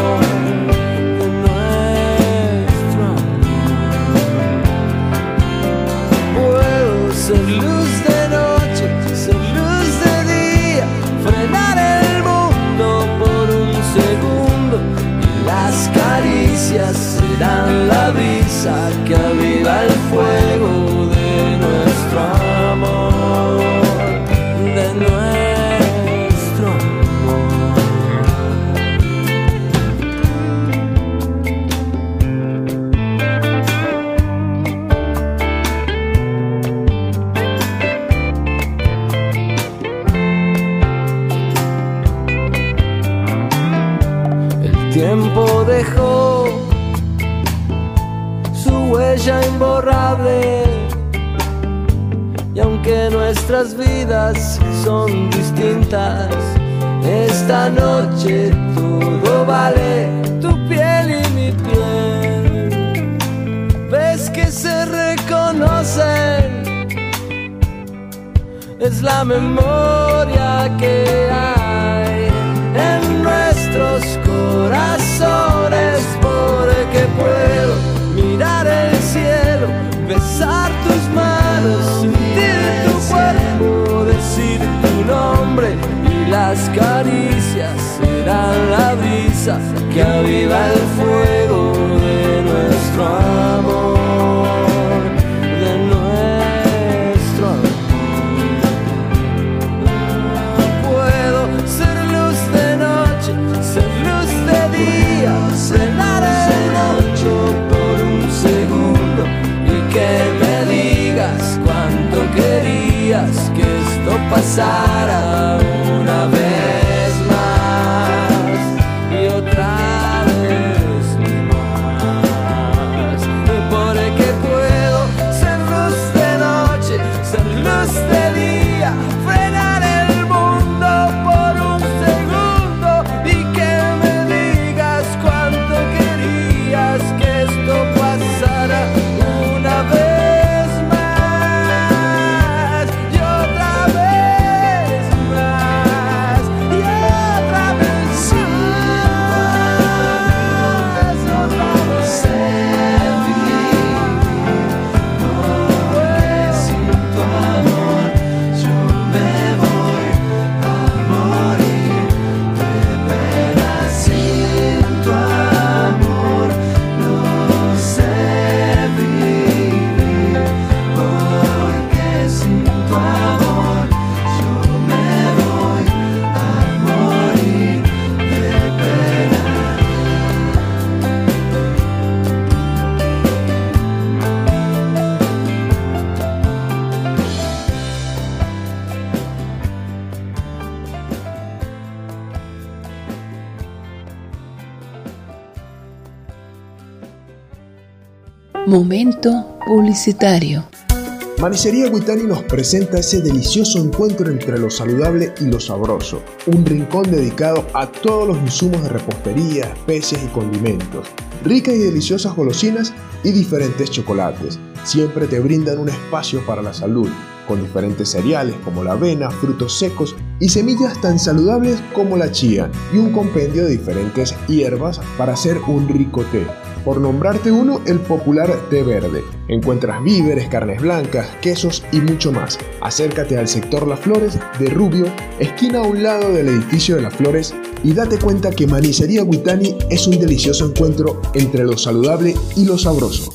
Ser luz de noche, ser luz de día, frenar el mundo por un segundo y las caricias serán la brisa que aviva el fuego de nuestro amor, de nuestro amor. El tiempo dejó su huella imborrable y aunque nuestras vidas son distintas, esta noche todo vale, tu piel y mi piel. Ves que se reconocen, es la memoria que hay en nuestros corazones, porque puedo mirar el cielo, besar tus manos, sentir tu cuerpo, decir tu nombre y las caricias serán la brisa que aviva el fuego de nuestro amor, de nuestro amor. Puedo ser luz de noche, ser luz de día, frenar el mundo por un segundo y que me digas cuánto querías que esto pasara una vez más y otra vez más, porque puedo ser luz de noche, ser luz de día, frenar el mundo por un segundo y que me digas cuánto querías que esto pasara una vez más y otra vez más y otra vez más, otra vez. Sin tu amor yo me voy a morir de pena. Sin tu amor no sé vivir, porque sin tu amor yo me voy a morir de pena. Momento publicitario. Manicería Guitani nos presenta ese delicioso encuentro entre lo saludable y lo sabroso, un rincón dedicado a todos los insumos de repostería, especias y condimentos, ricas y deliciosas golosinas y diferentes chocolates. Siempre te brindan un espacio para la salud, con diferentes cereales como la avena, frutos secos y semillas tan saludables como la chía, y un compendio de diferentes hierbas para hacer un rico té. Por nombrarte uno, el popular té verde. Encuentras víveres, carnes blancas, quesos y mucho más. Acércate al sector Las Flores de Rubio, esquina a un lado del edificio de Las Flores, y date cuenta que Manicería Guitani es un delicioso encuentro entre lo saludable y lo sabroso.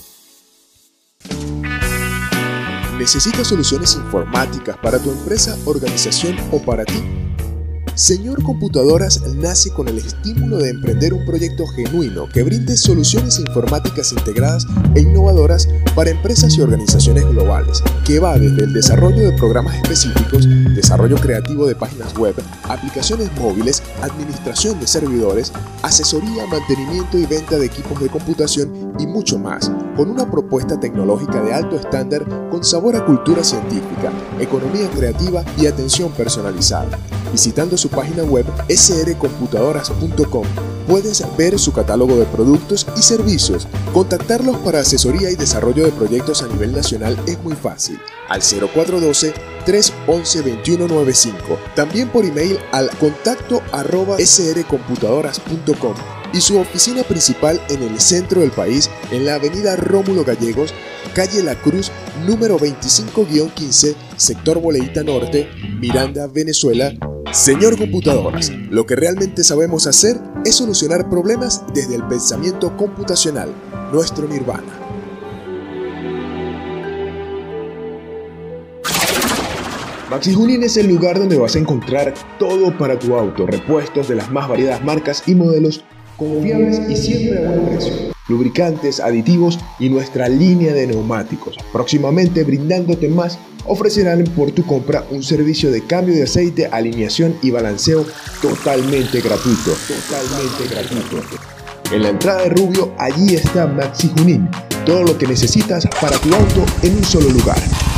¿Necesitas soluciones informáticas para tu empresa, organización o para ti? Señor Computadoras nace con el estímulo de emprender un proyecto genuino que brinde soluciones informáticas integradas e innovadoras para empresas y organizaciones globales, que va desde el desarrollo de programas específicos, desarrollo creativo de páginas web, aplicaciones móviles, administración de servidores, asesoría, mantenimiento y venta de equipos de computación y mucho más. con una propuesta tecnológica de alto estándar con sabor a cultura científica, economía creativa y atención personalizada. Visitando su página web ese erre computadoras punto com puedes ver su catálogo de productos y servicios. Contactarlos para asesoría y desarrollo de proyectos a nivel nacional es muy fácil, al cero cuatro uno dos, tres once, veintiuno noventa y cinco. También por email al contacto arroba ese erre computadoras punto com y su oficina principal en el centro del país, en la avenida Rómulo Gallegos, calle La Cruz, número veinticinco quince, sector Boleíta Norte, Miranda, Venezuela. Señor Computadoras, lo que realmente sabemos hacer es solucionar problemas desde el pensamiento computacional, nuestro nirvana. Maxi Junín es el lugar donde vas a encontrar todo para tu auto, repuestos de las más variadas marcas y modelos, confiables y siempre a buen precio. Lubricantes, aditivos y nuestra línea de neumáticos. Próximamente, brindándote más, ofrecerán por tu compra un servicio de cambio de aceite, alineación y balanceo totalmente gratuito. Totalmente gratuito. En la entrada de Rubio, allí está Maxi Junín. Todo lo que necesitas para tu auto en un solo lugar.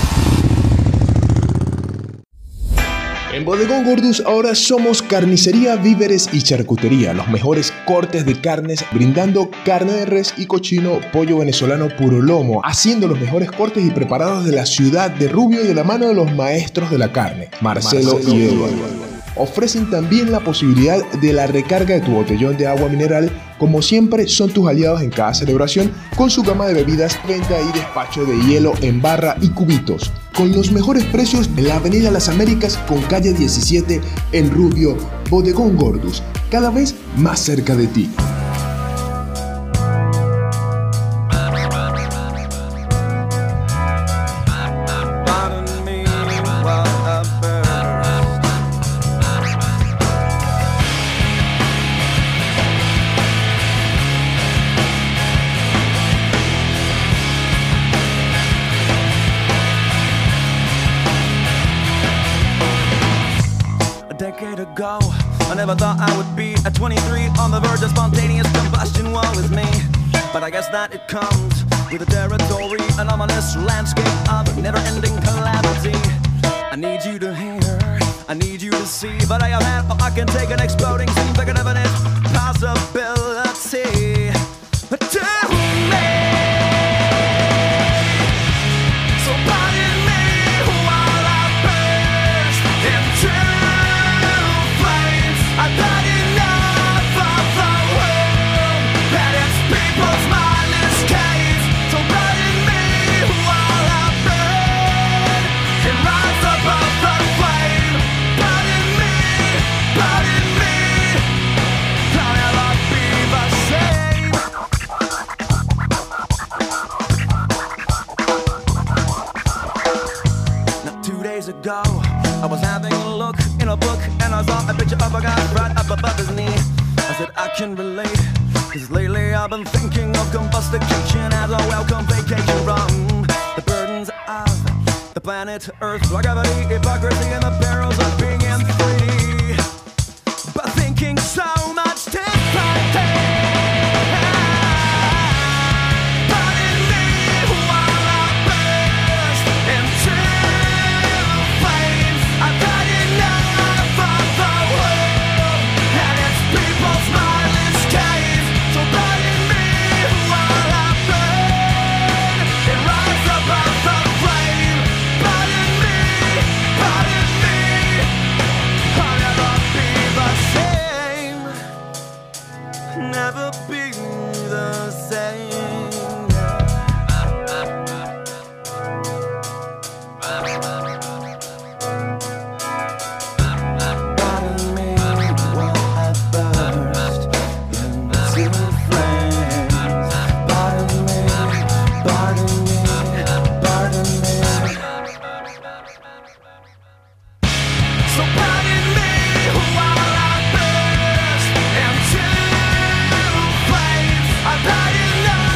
En Bodegón Gordus ahora somos carnicería, víveres y charcutería, los mejores cortes de carnes, brindando carne de res y cochino, pollo venezolano puro lomo, haciendo los mejores cortes y preparados de la ciudad de Rubio y de la mano de los maestros de la carne, Marcelo, Marcelo y Eduardo. Ofrecen también la posibilidad de la recarga de tu botellón de agua mineral. Como siempre, son tus aliados en cada celebración con su gama de bebidas, venta y despacho de hielo en barra y cubitos. Con los mejores precios en la Avenida Las Américas con calle diecisiete en Rubio. Bodegón Gordus, cada vez más cerca de ti. I never thought I would be at twenty-three on the verge of spontaneous combustion. Woe is me, but I guess that it comes with the territory, an ominous landscape of never-ending calamity. I need you to hear, I need you to see, but I have had, oh, I can take an exploding scene, bigger than an possibility. To me, so pardon me while I burst into I've had enough of the world and its people's mindless cave. So pardon me while I burn and rise above the flame. Pardon me, pardon me, I'll never be the same. Now two days ago I was having a look in a book and I saw a picture of a guy right up above his knee. I said I can relate, cause lately I've been thinking of combustication as a welcome vacation from the burdens of the planet Earth, gravity, hypocrisy, and the perils of being in three D. But thinking so much differently. Never be the same. Pardon me while I burst into flames. Pardon me, pardon me, pardon me. So pardon me while I burst into I've had enough.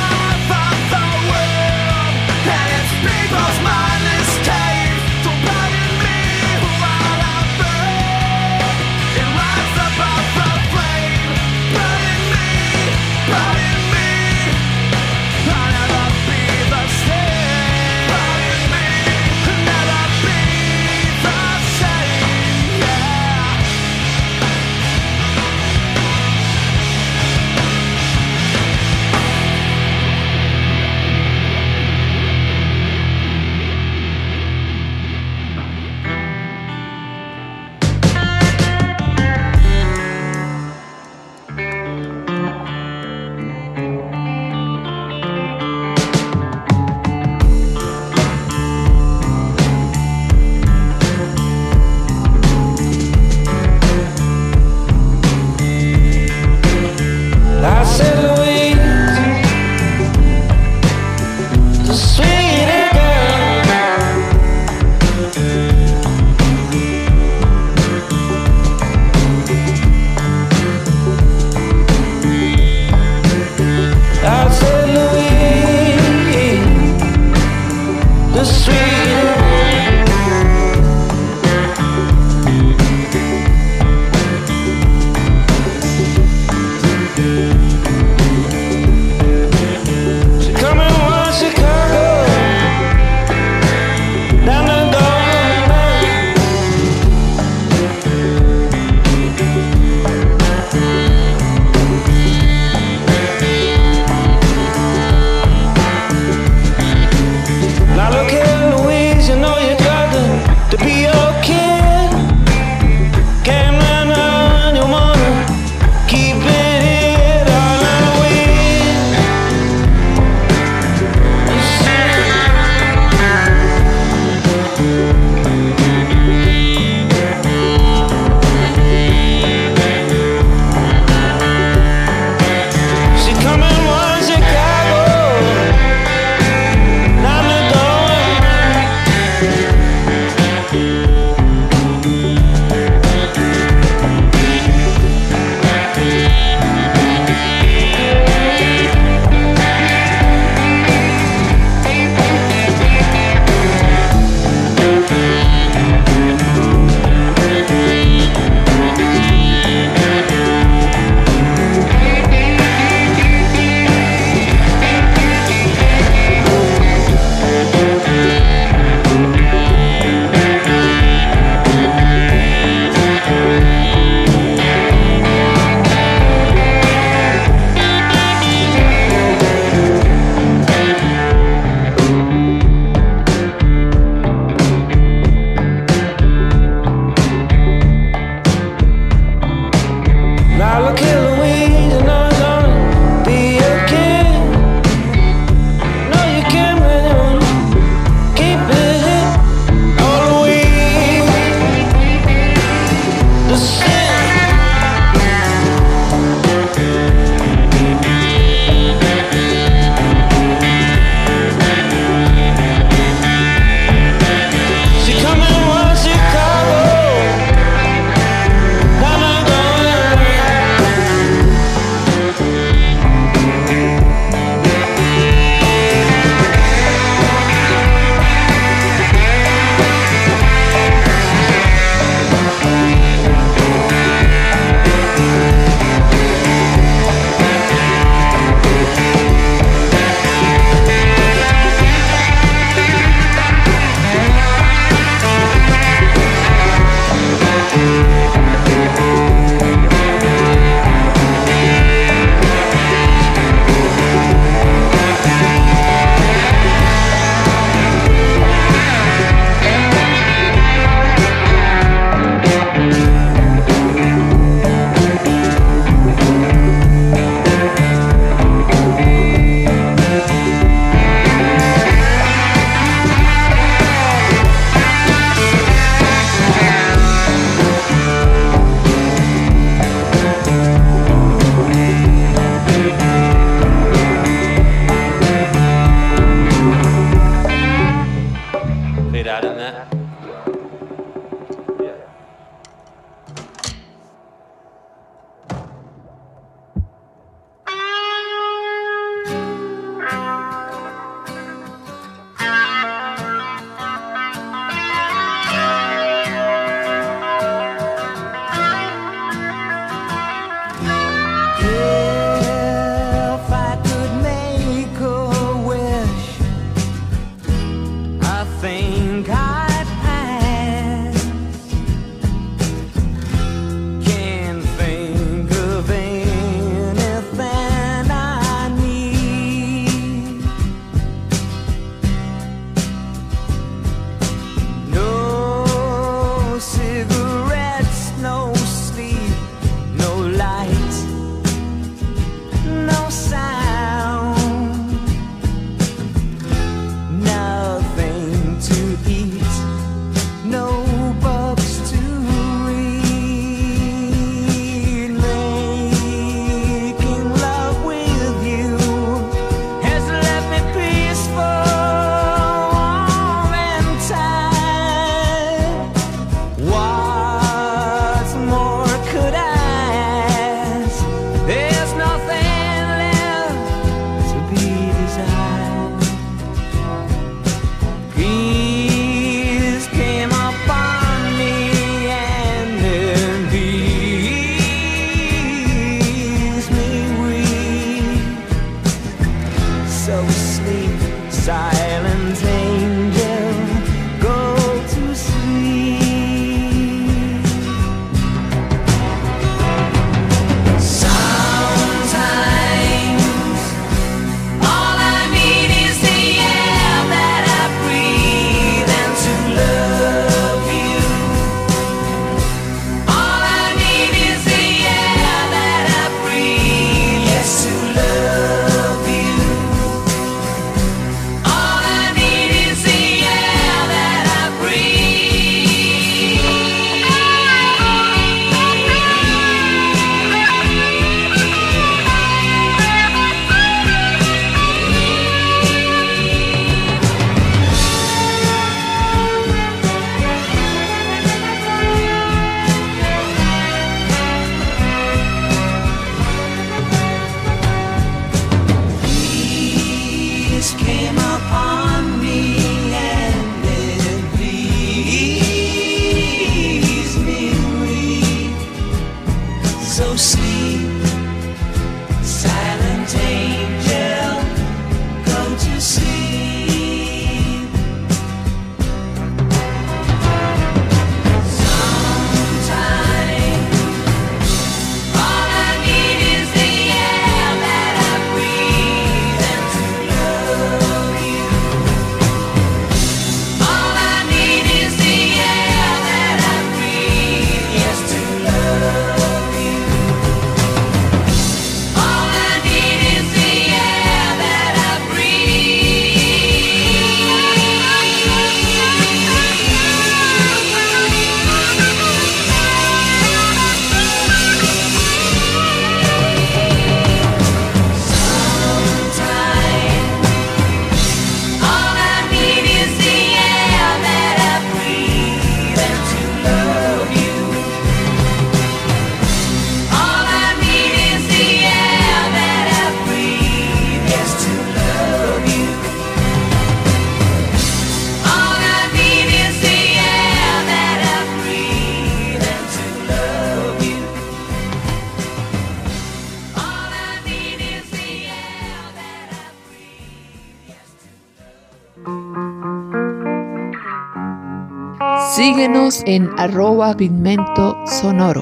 Síguenos en arroba Pigmento Sonoro.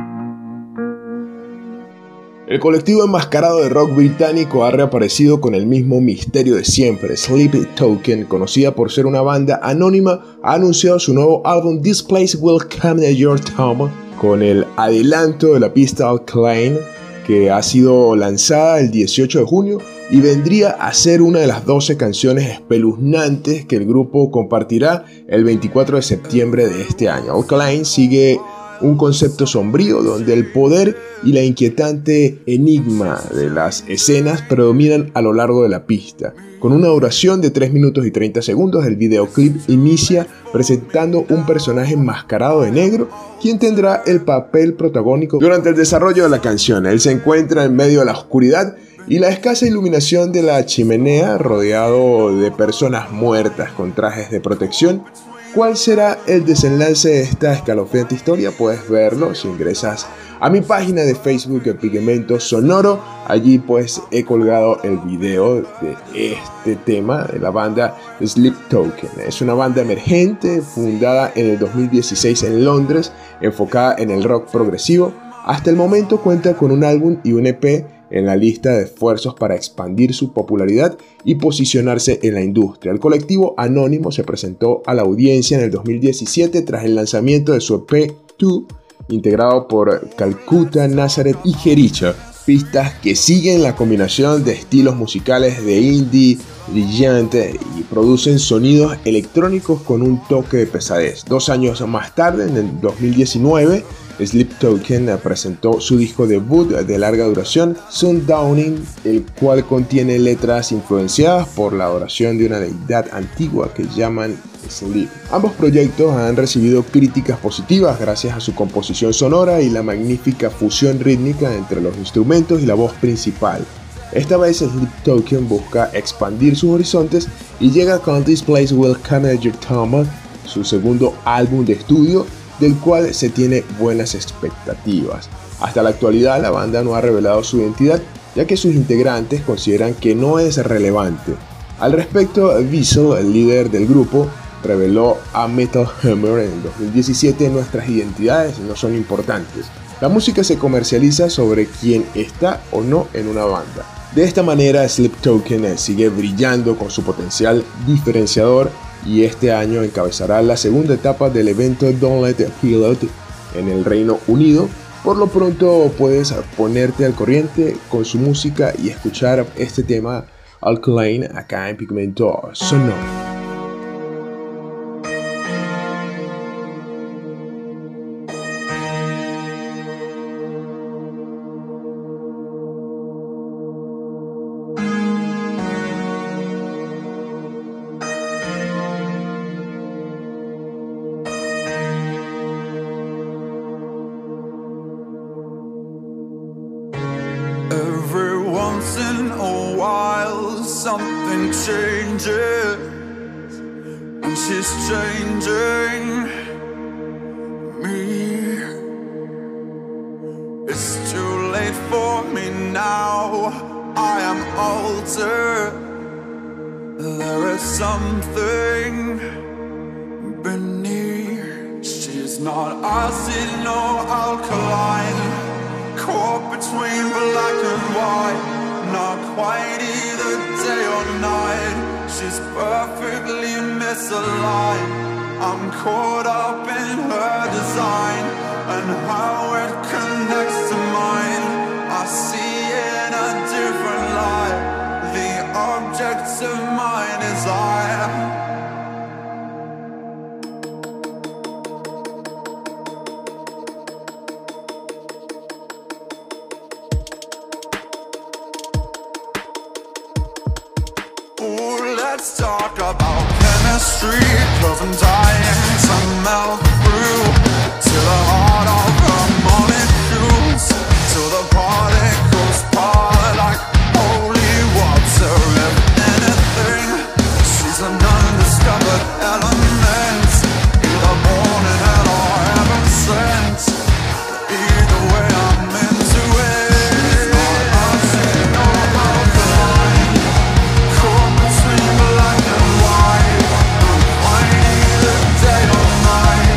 El colectivo enmascarado de rock británico ha reaparecido con el mismo misterio de siempre. Sleep Token, conocida por ser una banda anónima, ha anunciado su nuevo álbum This Place Will Come at Your Tomb con el adelanto de la pista Alkaline, que ha sido lanzada el dieciocho de junio y vendría a ser una de las doce canciones espeluznantes que el grupo compartirá el veinticuatro de septiembre de este año. Alkaline sigue un concepto sombrío donde el poder y la inquietante enigma de las escenas predominan a lo largo de la pista. Con una duración de tres minutos y treinta segundos, el videoclip inicia presentando un personaje enmascarado de negro, quien tendrá el papel protagónico durante el desarrollo de la canción. Él se encuentra en medio de la oscuridad y la escasa iluminación de la chimenea, rodeado de personas muertas con trajes de protección. ¿Cuál será el desenlace de esta escalofriante historia? Puedes verlo si ingresas a mi página de Facebook, el Pigmento Sonoro. Allí pues he colgado el video de este tema de la banda Sleep Token. Es una banda emergente fundada en el dos mil dieciséis en Londres, enfocada en el rock progresivo. Hasta el momento cuenta con un álbum y un E P en la lista de esfuerzos para expandir su popularidad y posicionarse en la industria. El colectivo anónimo se presentó a la audiencia en el dos mil diecisiete tras el lanzamiento de su E P dos, integrado por Calcutta, Nazareth y Jericho, pistas que siguen la combinación de estilos musicales de indie brillante y producen sonidos electrónicos con un toque de pesadez. Dos años más tarde, en el dos mil diecinueve, Sleep Token presentó su disco debut de larga duración, Sundowning, el cual contiene letras influenciadas por la adoración de una deidad antigua que llaman Sleep. Ambos proyectos han recibido críticas positivas gracias a su composición sonora y la magnífica fusión rítmica entre los instrumentos y la voz principal. Esta vez Sleep Token busca expandir sus horizontes y llega con This Place Will Come at Your Tomb, su segundo álbum de estudio, del cual se tiene buenas expectativas. Hasta la actualidad la banda no ha revelado su identidad, ya que sus integrantes consideran que no es relevante. Al respecto, Vissel, el líder del grupo, reveló a Metal Hammer en dos mil diecisiete: nuestras identidades no son importantes. La música se comercializa sobre quién está o no en una banda. De esta manera, Sleep Token sigue brillando con su potencial diferenciador y este año encabezará la segunda etapa del evento Don't Let It Pilot en el Reino Unido. Por lo pronto puedes ponerte al corriente con su música y escuchar este tema Alkaline acá en Pigmento Sonoro. Every once in a while something changes, and she's changing me. It's too late for me now, I am altered. There is something beneath. She's not acid nor alkaline, caught between black and white, not quite either day or night. She's perfectly misaligned. I'm caught up in her design and how it connects to mine. I see in a different light the objects of my desire. Let's talk about chemistry, cause I'm dying to melt through to the heart of the molecules, till the particles part like holy water. If anything, she's an undiscovered element, either born in hell or heaven sent. Either way I'm into it. Caught between black and white, I'm quite either day or night.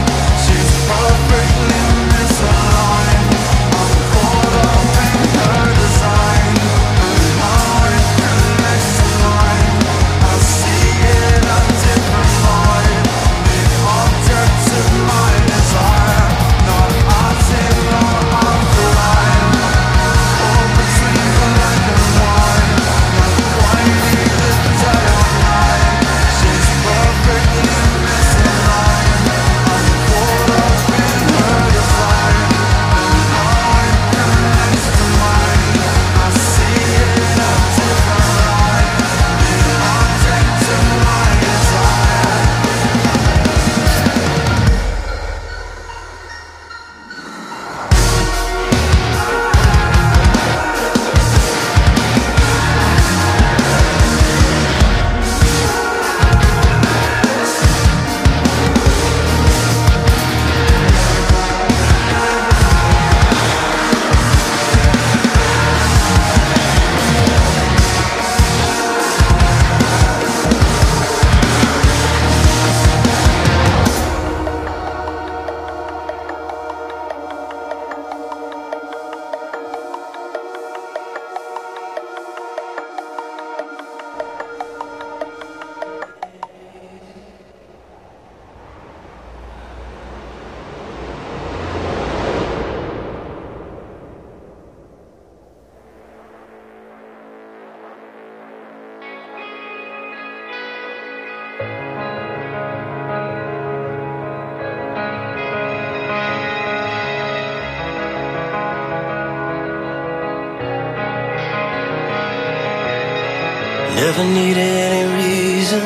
Never needed any reason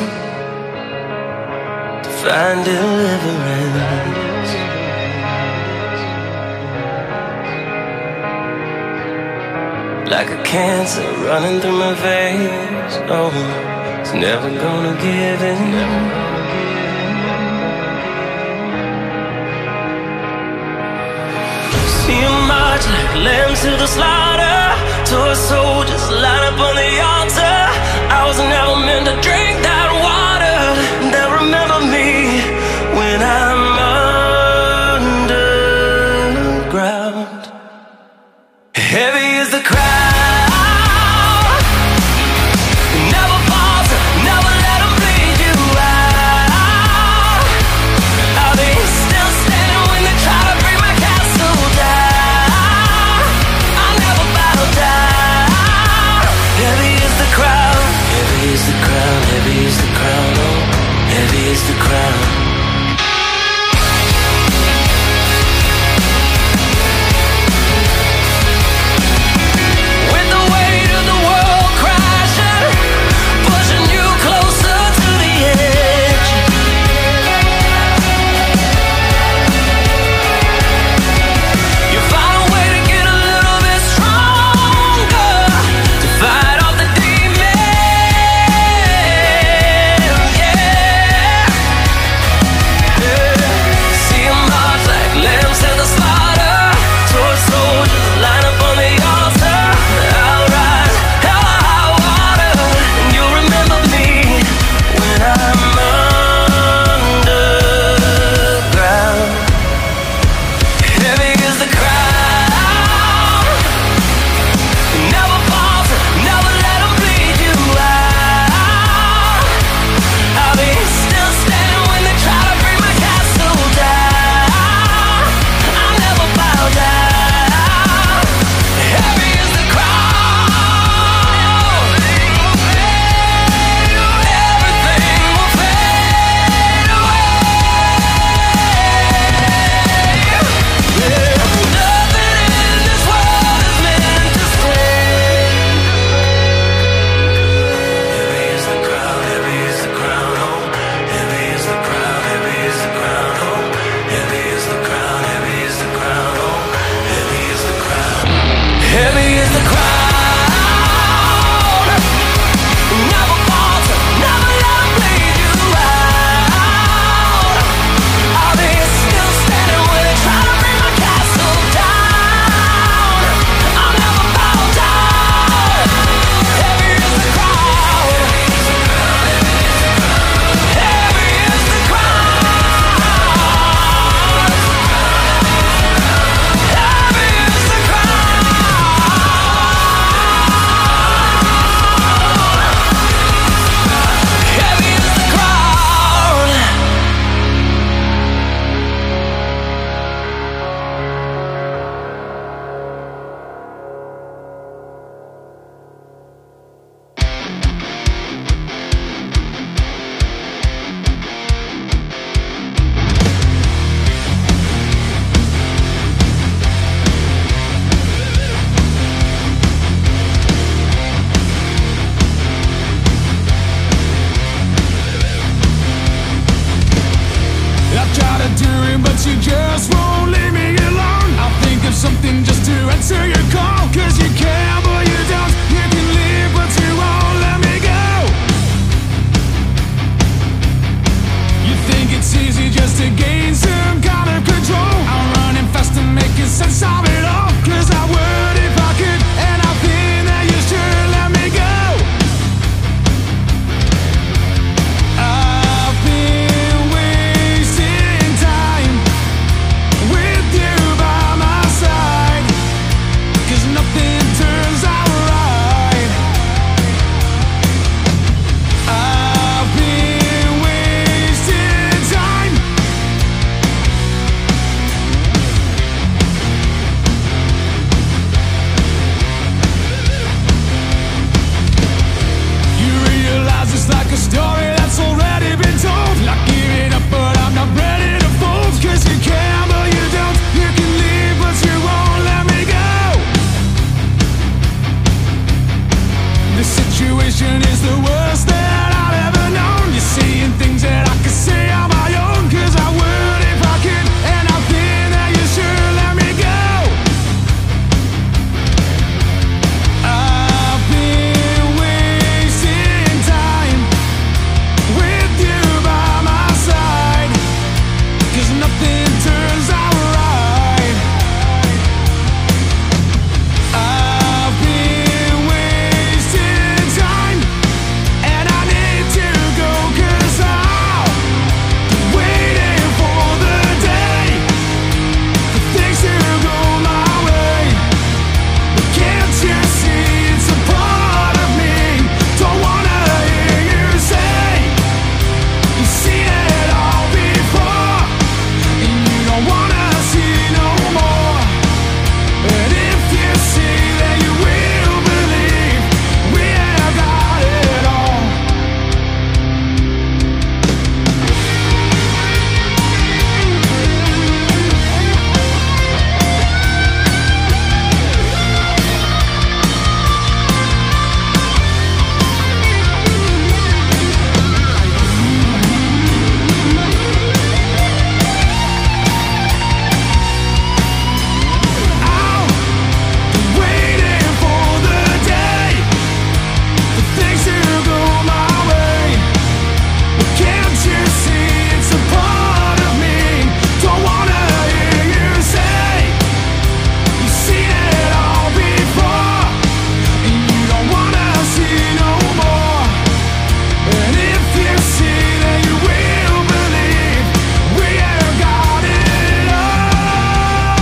to find deliverance. Like a cancer running through my veins. Oh, it's never gonna give in. See 'em march like lambs to the slaughter. Toy soldiers line up on the altar. I was never meant to drink that water. They'll remember me when I'm underground. Heavy is the crowd. Never falls, never let 'em bleed you out. I'll be still standing when they try to bring my castle down. I'll never bow down. Heavy is the crown, heavy is the crown, heavy is the crown, oh, heavy is the crown. With the weight of the world crashing, pushing you closer to the edge. You find a way to get a little bit stronger, to fight off the demons. Yeah. situation is the worst that I've ever known. You're saying things that I could say on my own, 'cause I would if I could, and I think that you should let me go. I've been wasting time with you by my side, 'cause nothing turns out right. I've been wasting time, and I need to go, 'cause I'm waiting for the day for things to go my way. But can't you see it's a part of me? Don't wanna hear you say you've seen it all before, and you don't wanna see no more. And if you see, then you will believe we have got it all. I'm waiting for the day for things to go my way. But can't you see it's a part of me? Don't wanna hear you say you've seen it all before, and you don't wanna see no more. And if you see, then you will believe we have got it all.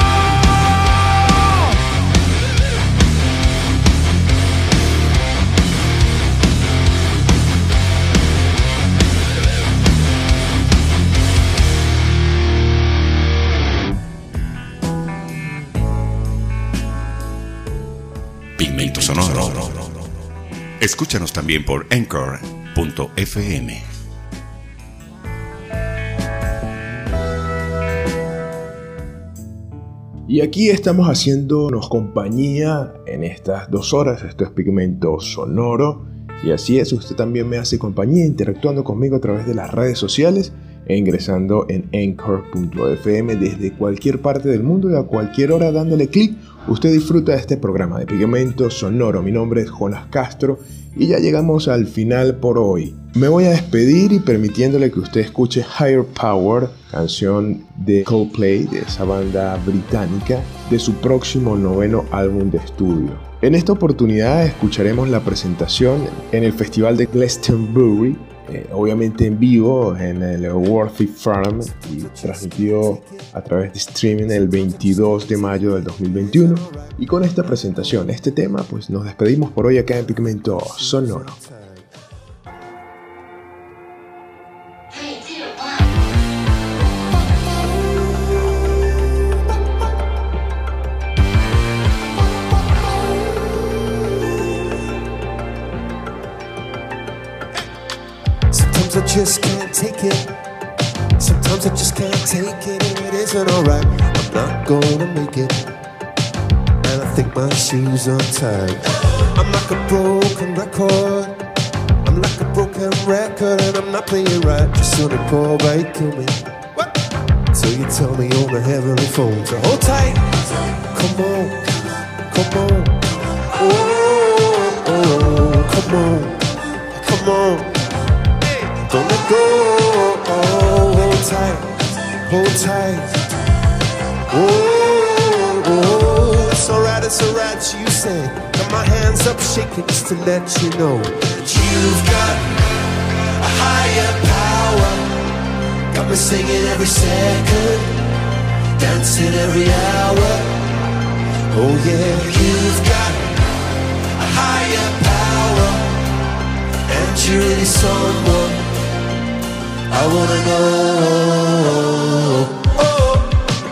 Pigmento Sonoro. Escúchanos también por anchor punto f m. Y aquí estamos haciéndonos compañía en estas dos horas. Esto es Pigmento Sonoro. Y así es, usted también me hace compañía interactuando conmigo a través de las redes sociales e ingresando en anchor punto f m desde cualquier parte del mundo y a cualquier hora dándole clic. Usted disfruta de este programa de Pigmento Sonoro. Mi nombre es Jonas Castro y ya llegamos al final por hoy. Me voy a despedir y permitiéndole que usted escuche Higher Power, canción de Coldplay, de esa banda británica, de su próximo noveno álbum de estudio. En esta oportunidad escucharemos la presentación en el Festival de Glastonbury, eh, obviamente en vivo en el Worthy Farm y transmitido a través de streaming el veintidós de mayo del dos mil veintiuno. Y con esta presentación, este tema, pues nos despedimos por hoy acá en Pigmento Sonoro. Sometimes I just can't take it. Sometimes I just can't take it, and it isn't alright. I'm not gonna make it, and I think my shoes are tied. I'm like a broken record. I'm like a broken record, and I'm not playing right. Just on a call right, kill me. What? So you tell me on the heavenly phone. So hold tight. Come on, come on. Oh, oh, come on, come on. Don't let go, oh, hold tight, hold tight. Oh, oh, it's alright, it's alright, you say. Got my hands up shaking just to let you know that you've got a higher power. Got me singing every second, dancing every hour. Oh yeah, you've got a higher power, and you're really someone I wanna know. Oh.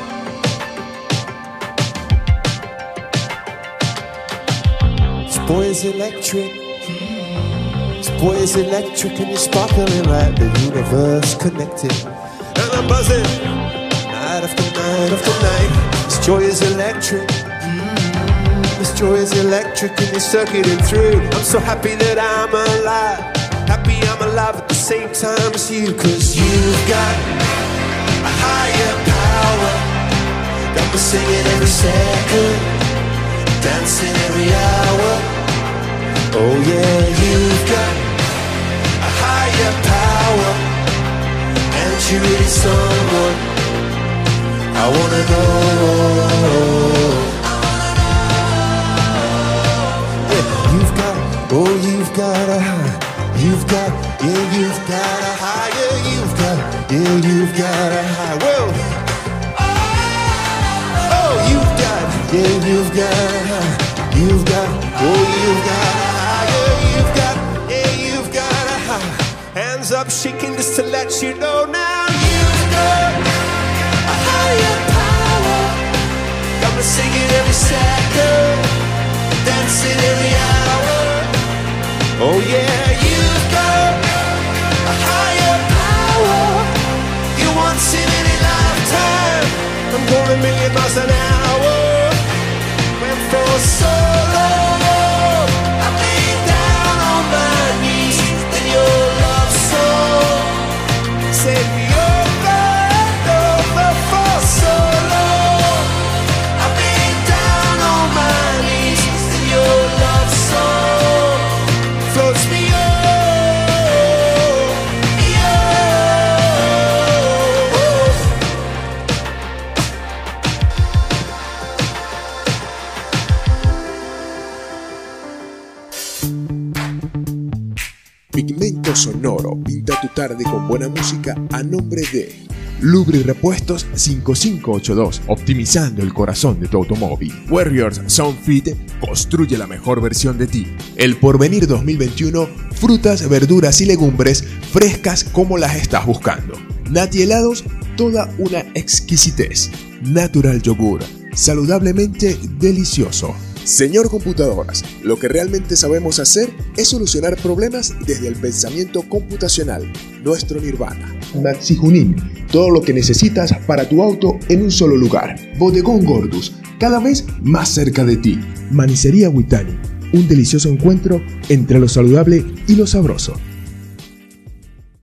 This boy is electric. This boy is electric, and you're sparkling like the universe connected. And I'm buzzing night after night after night. This joy is electric. Mm-hmm. This joy is electric and you're circuiting through. I'm so happy that I'm alive. Happy I'm alive at the same time as you. Cause you've got a higher power. Got me singing every second, dancing every hour. Oh yeah, you've got a higher power. And you really someone I wanna know. You've got, oh you've got a high, you've got, yeah you've got a higher, you've got, yeah you've got a high, whoa. Oh you've got, yeah you've got a high, you've got, oh you've got a higher, you've got, yeah you've got a high. Hands up shaking just to let you know now. You've got a higher power. Got me singing every second, dancing every hour. Oh yeah, you've got a higher power. You once in any lifetime. I'm going a million miles an hour. Went for so long, I've been down on my knees in your love song. Save me over and over for so long. I've been down on my knees in your love song. Floats me up, Pigmento Sonoro pinta tu tarde con buena música a nombre de Lubri Repuestos cinco cinco ocho dos, optimizando el corazón de tu automóvil. Warriors Sound Fit construye la mejor versión de ti. El Porvenir dos mil veintiuno, frutas, verduras y legumbres frescas como las estás buscando. Nati Helados, toda una exquisitez. Natural Yogur, saludablemente delicioso. Señor Computadoras, lo que realmente sabemos hacer es solucionar problemas desde el pensamiento computacional, nuestro nirvana. Maxi Junín, todo lo que necesitas para tu auto en un solo lugar. Bodegón Gordus, cada vez más cerca de ti. Manicería Huitani, un delicioso encuentro entre lo saludable y lo sabroso.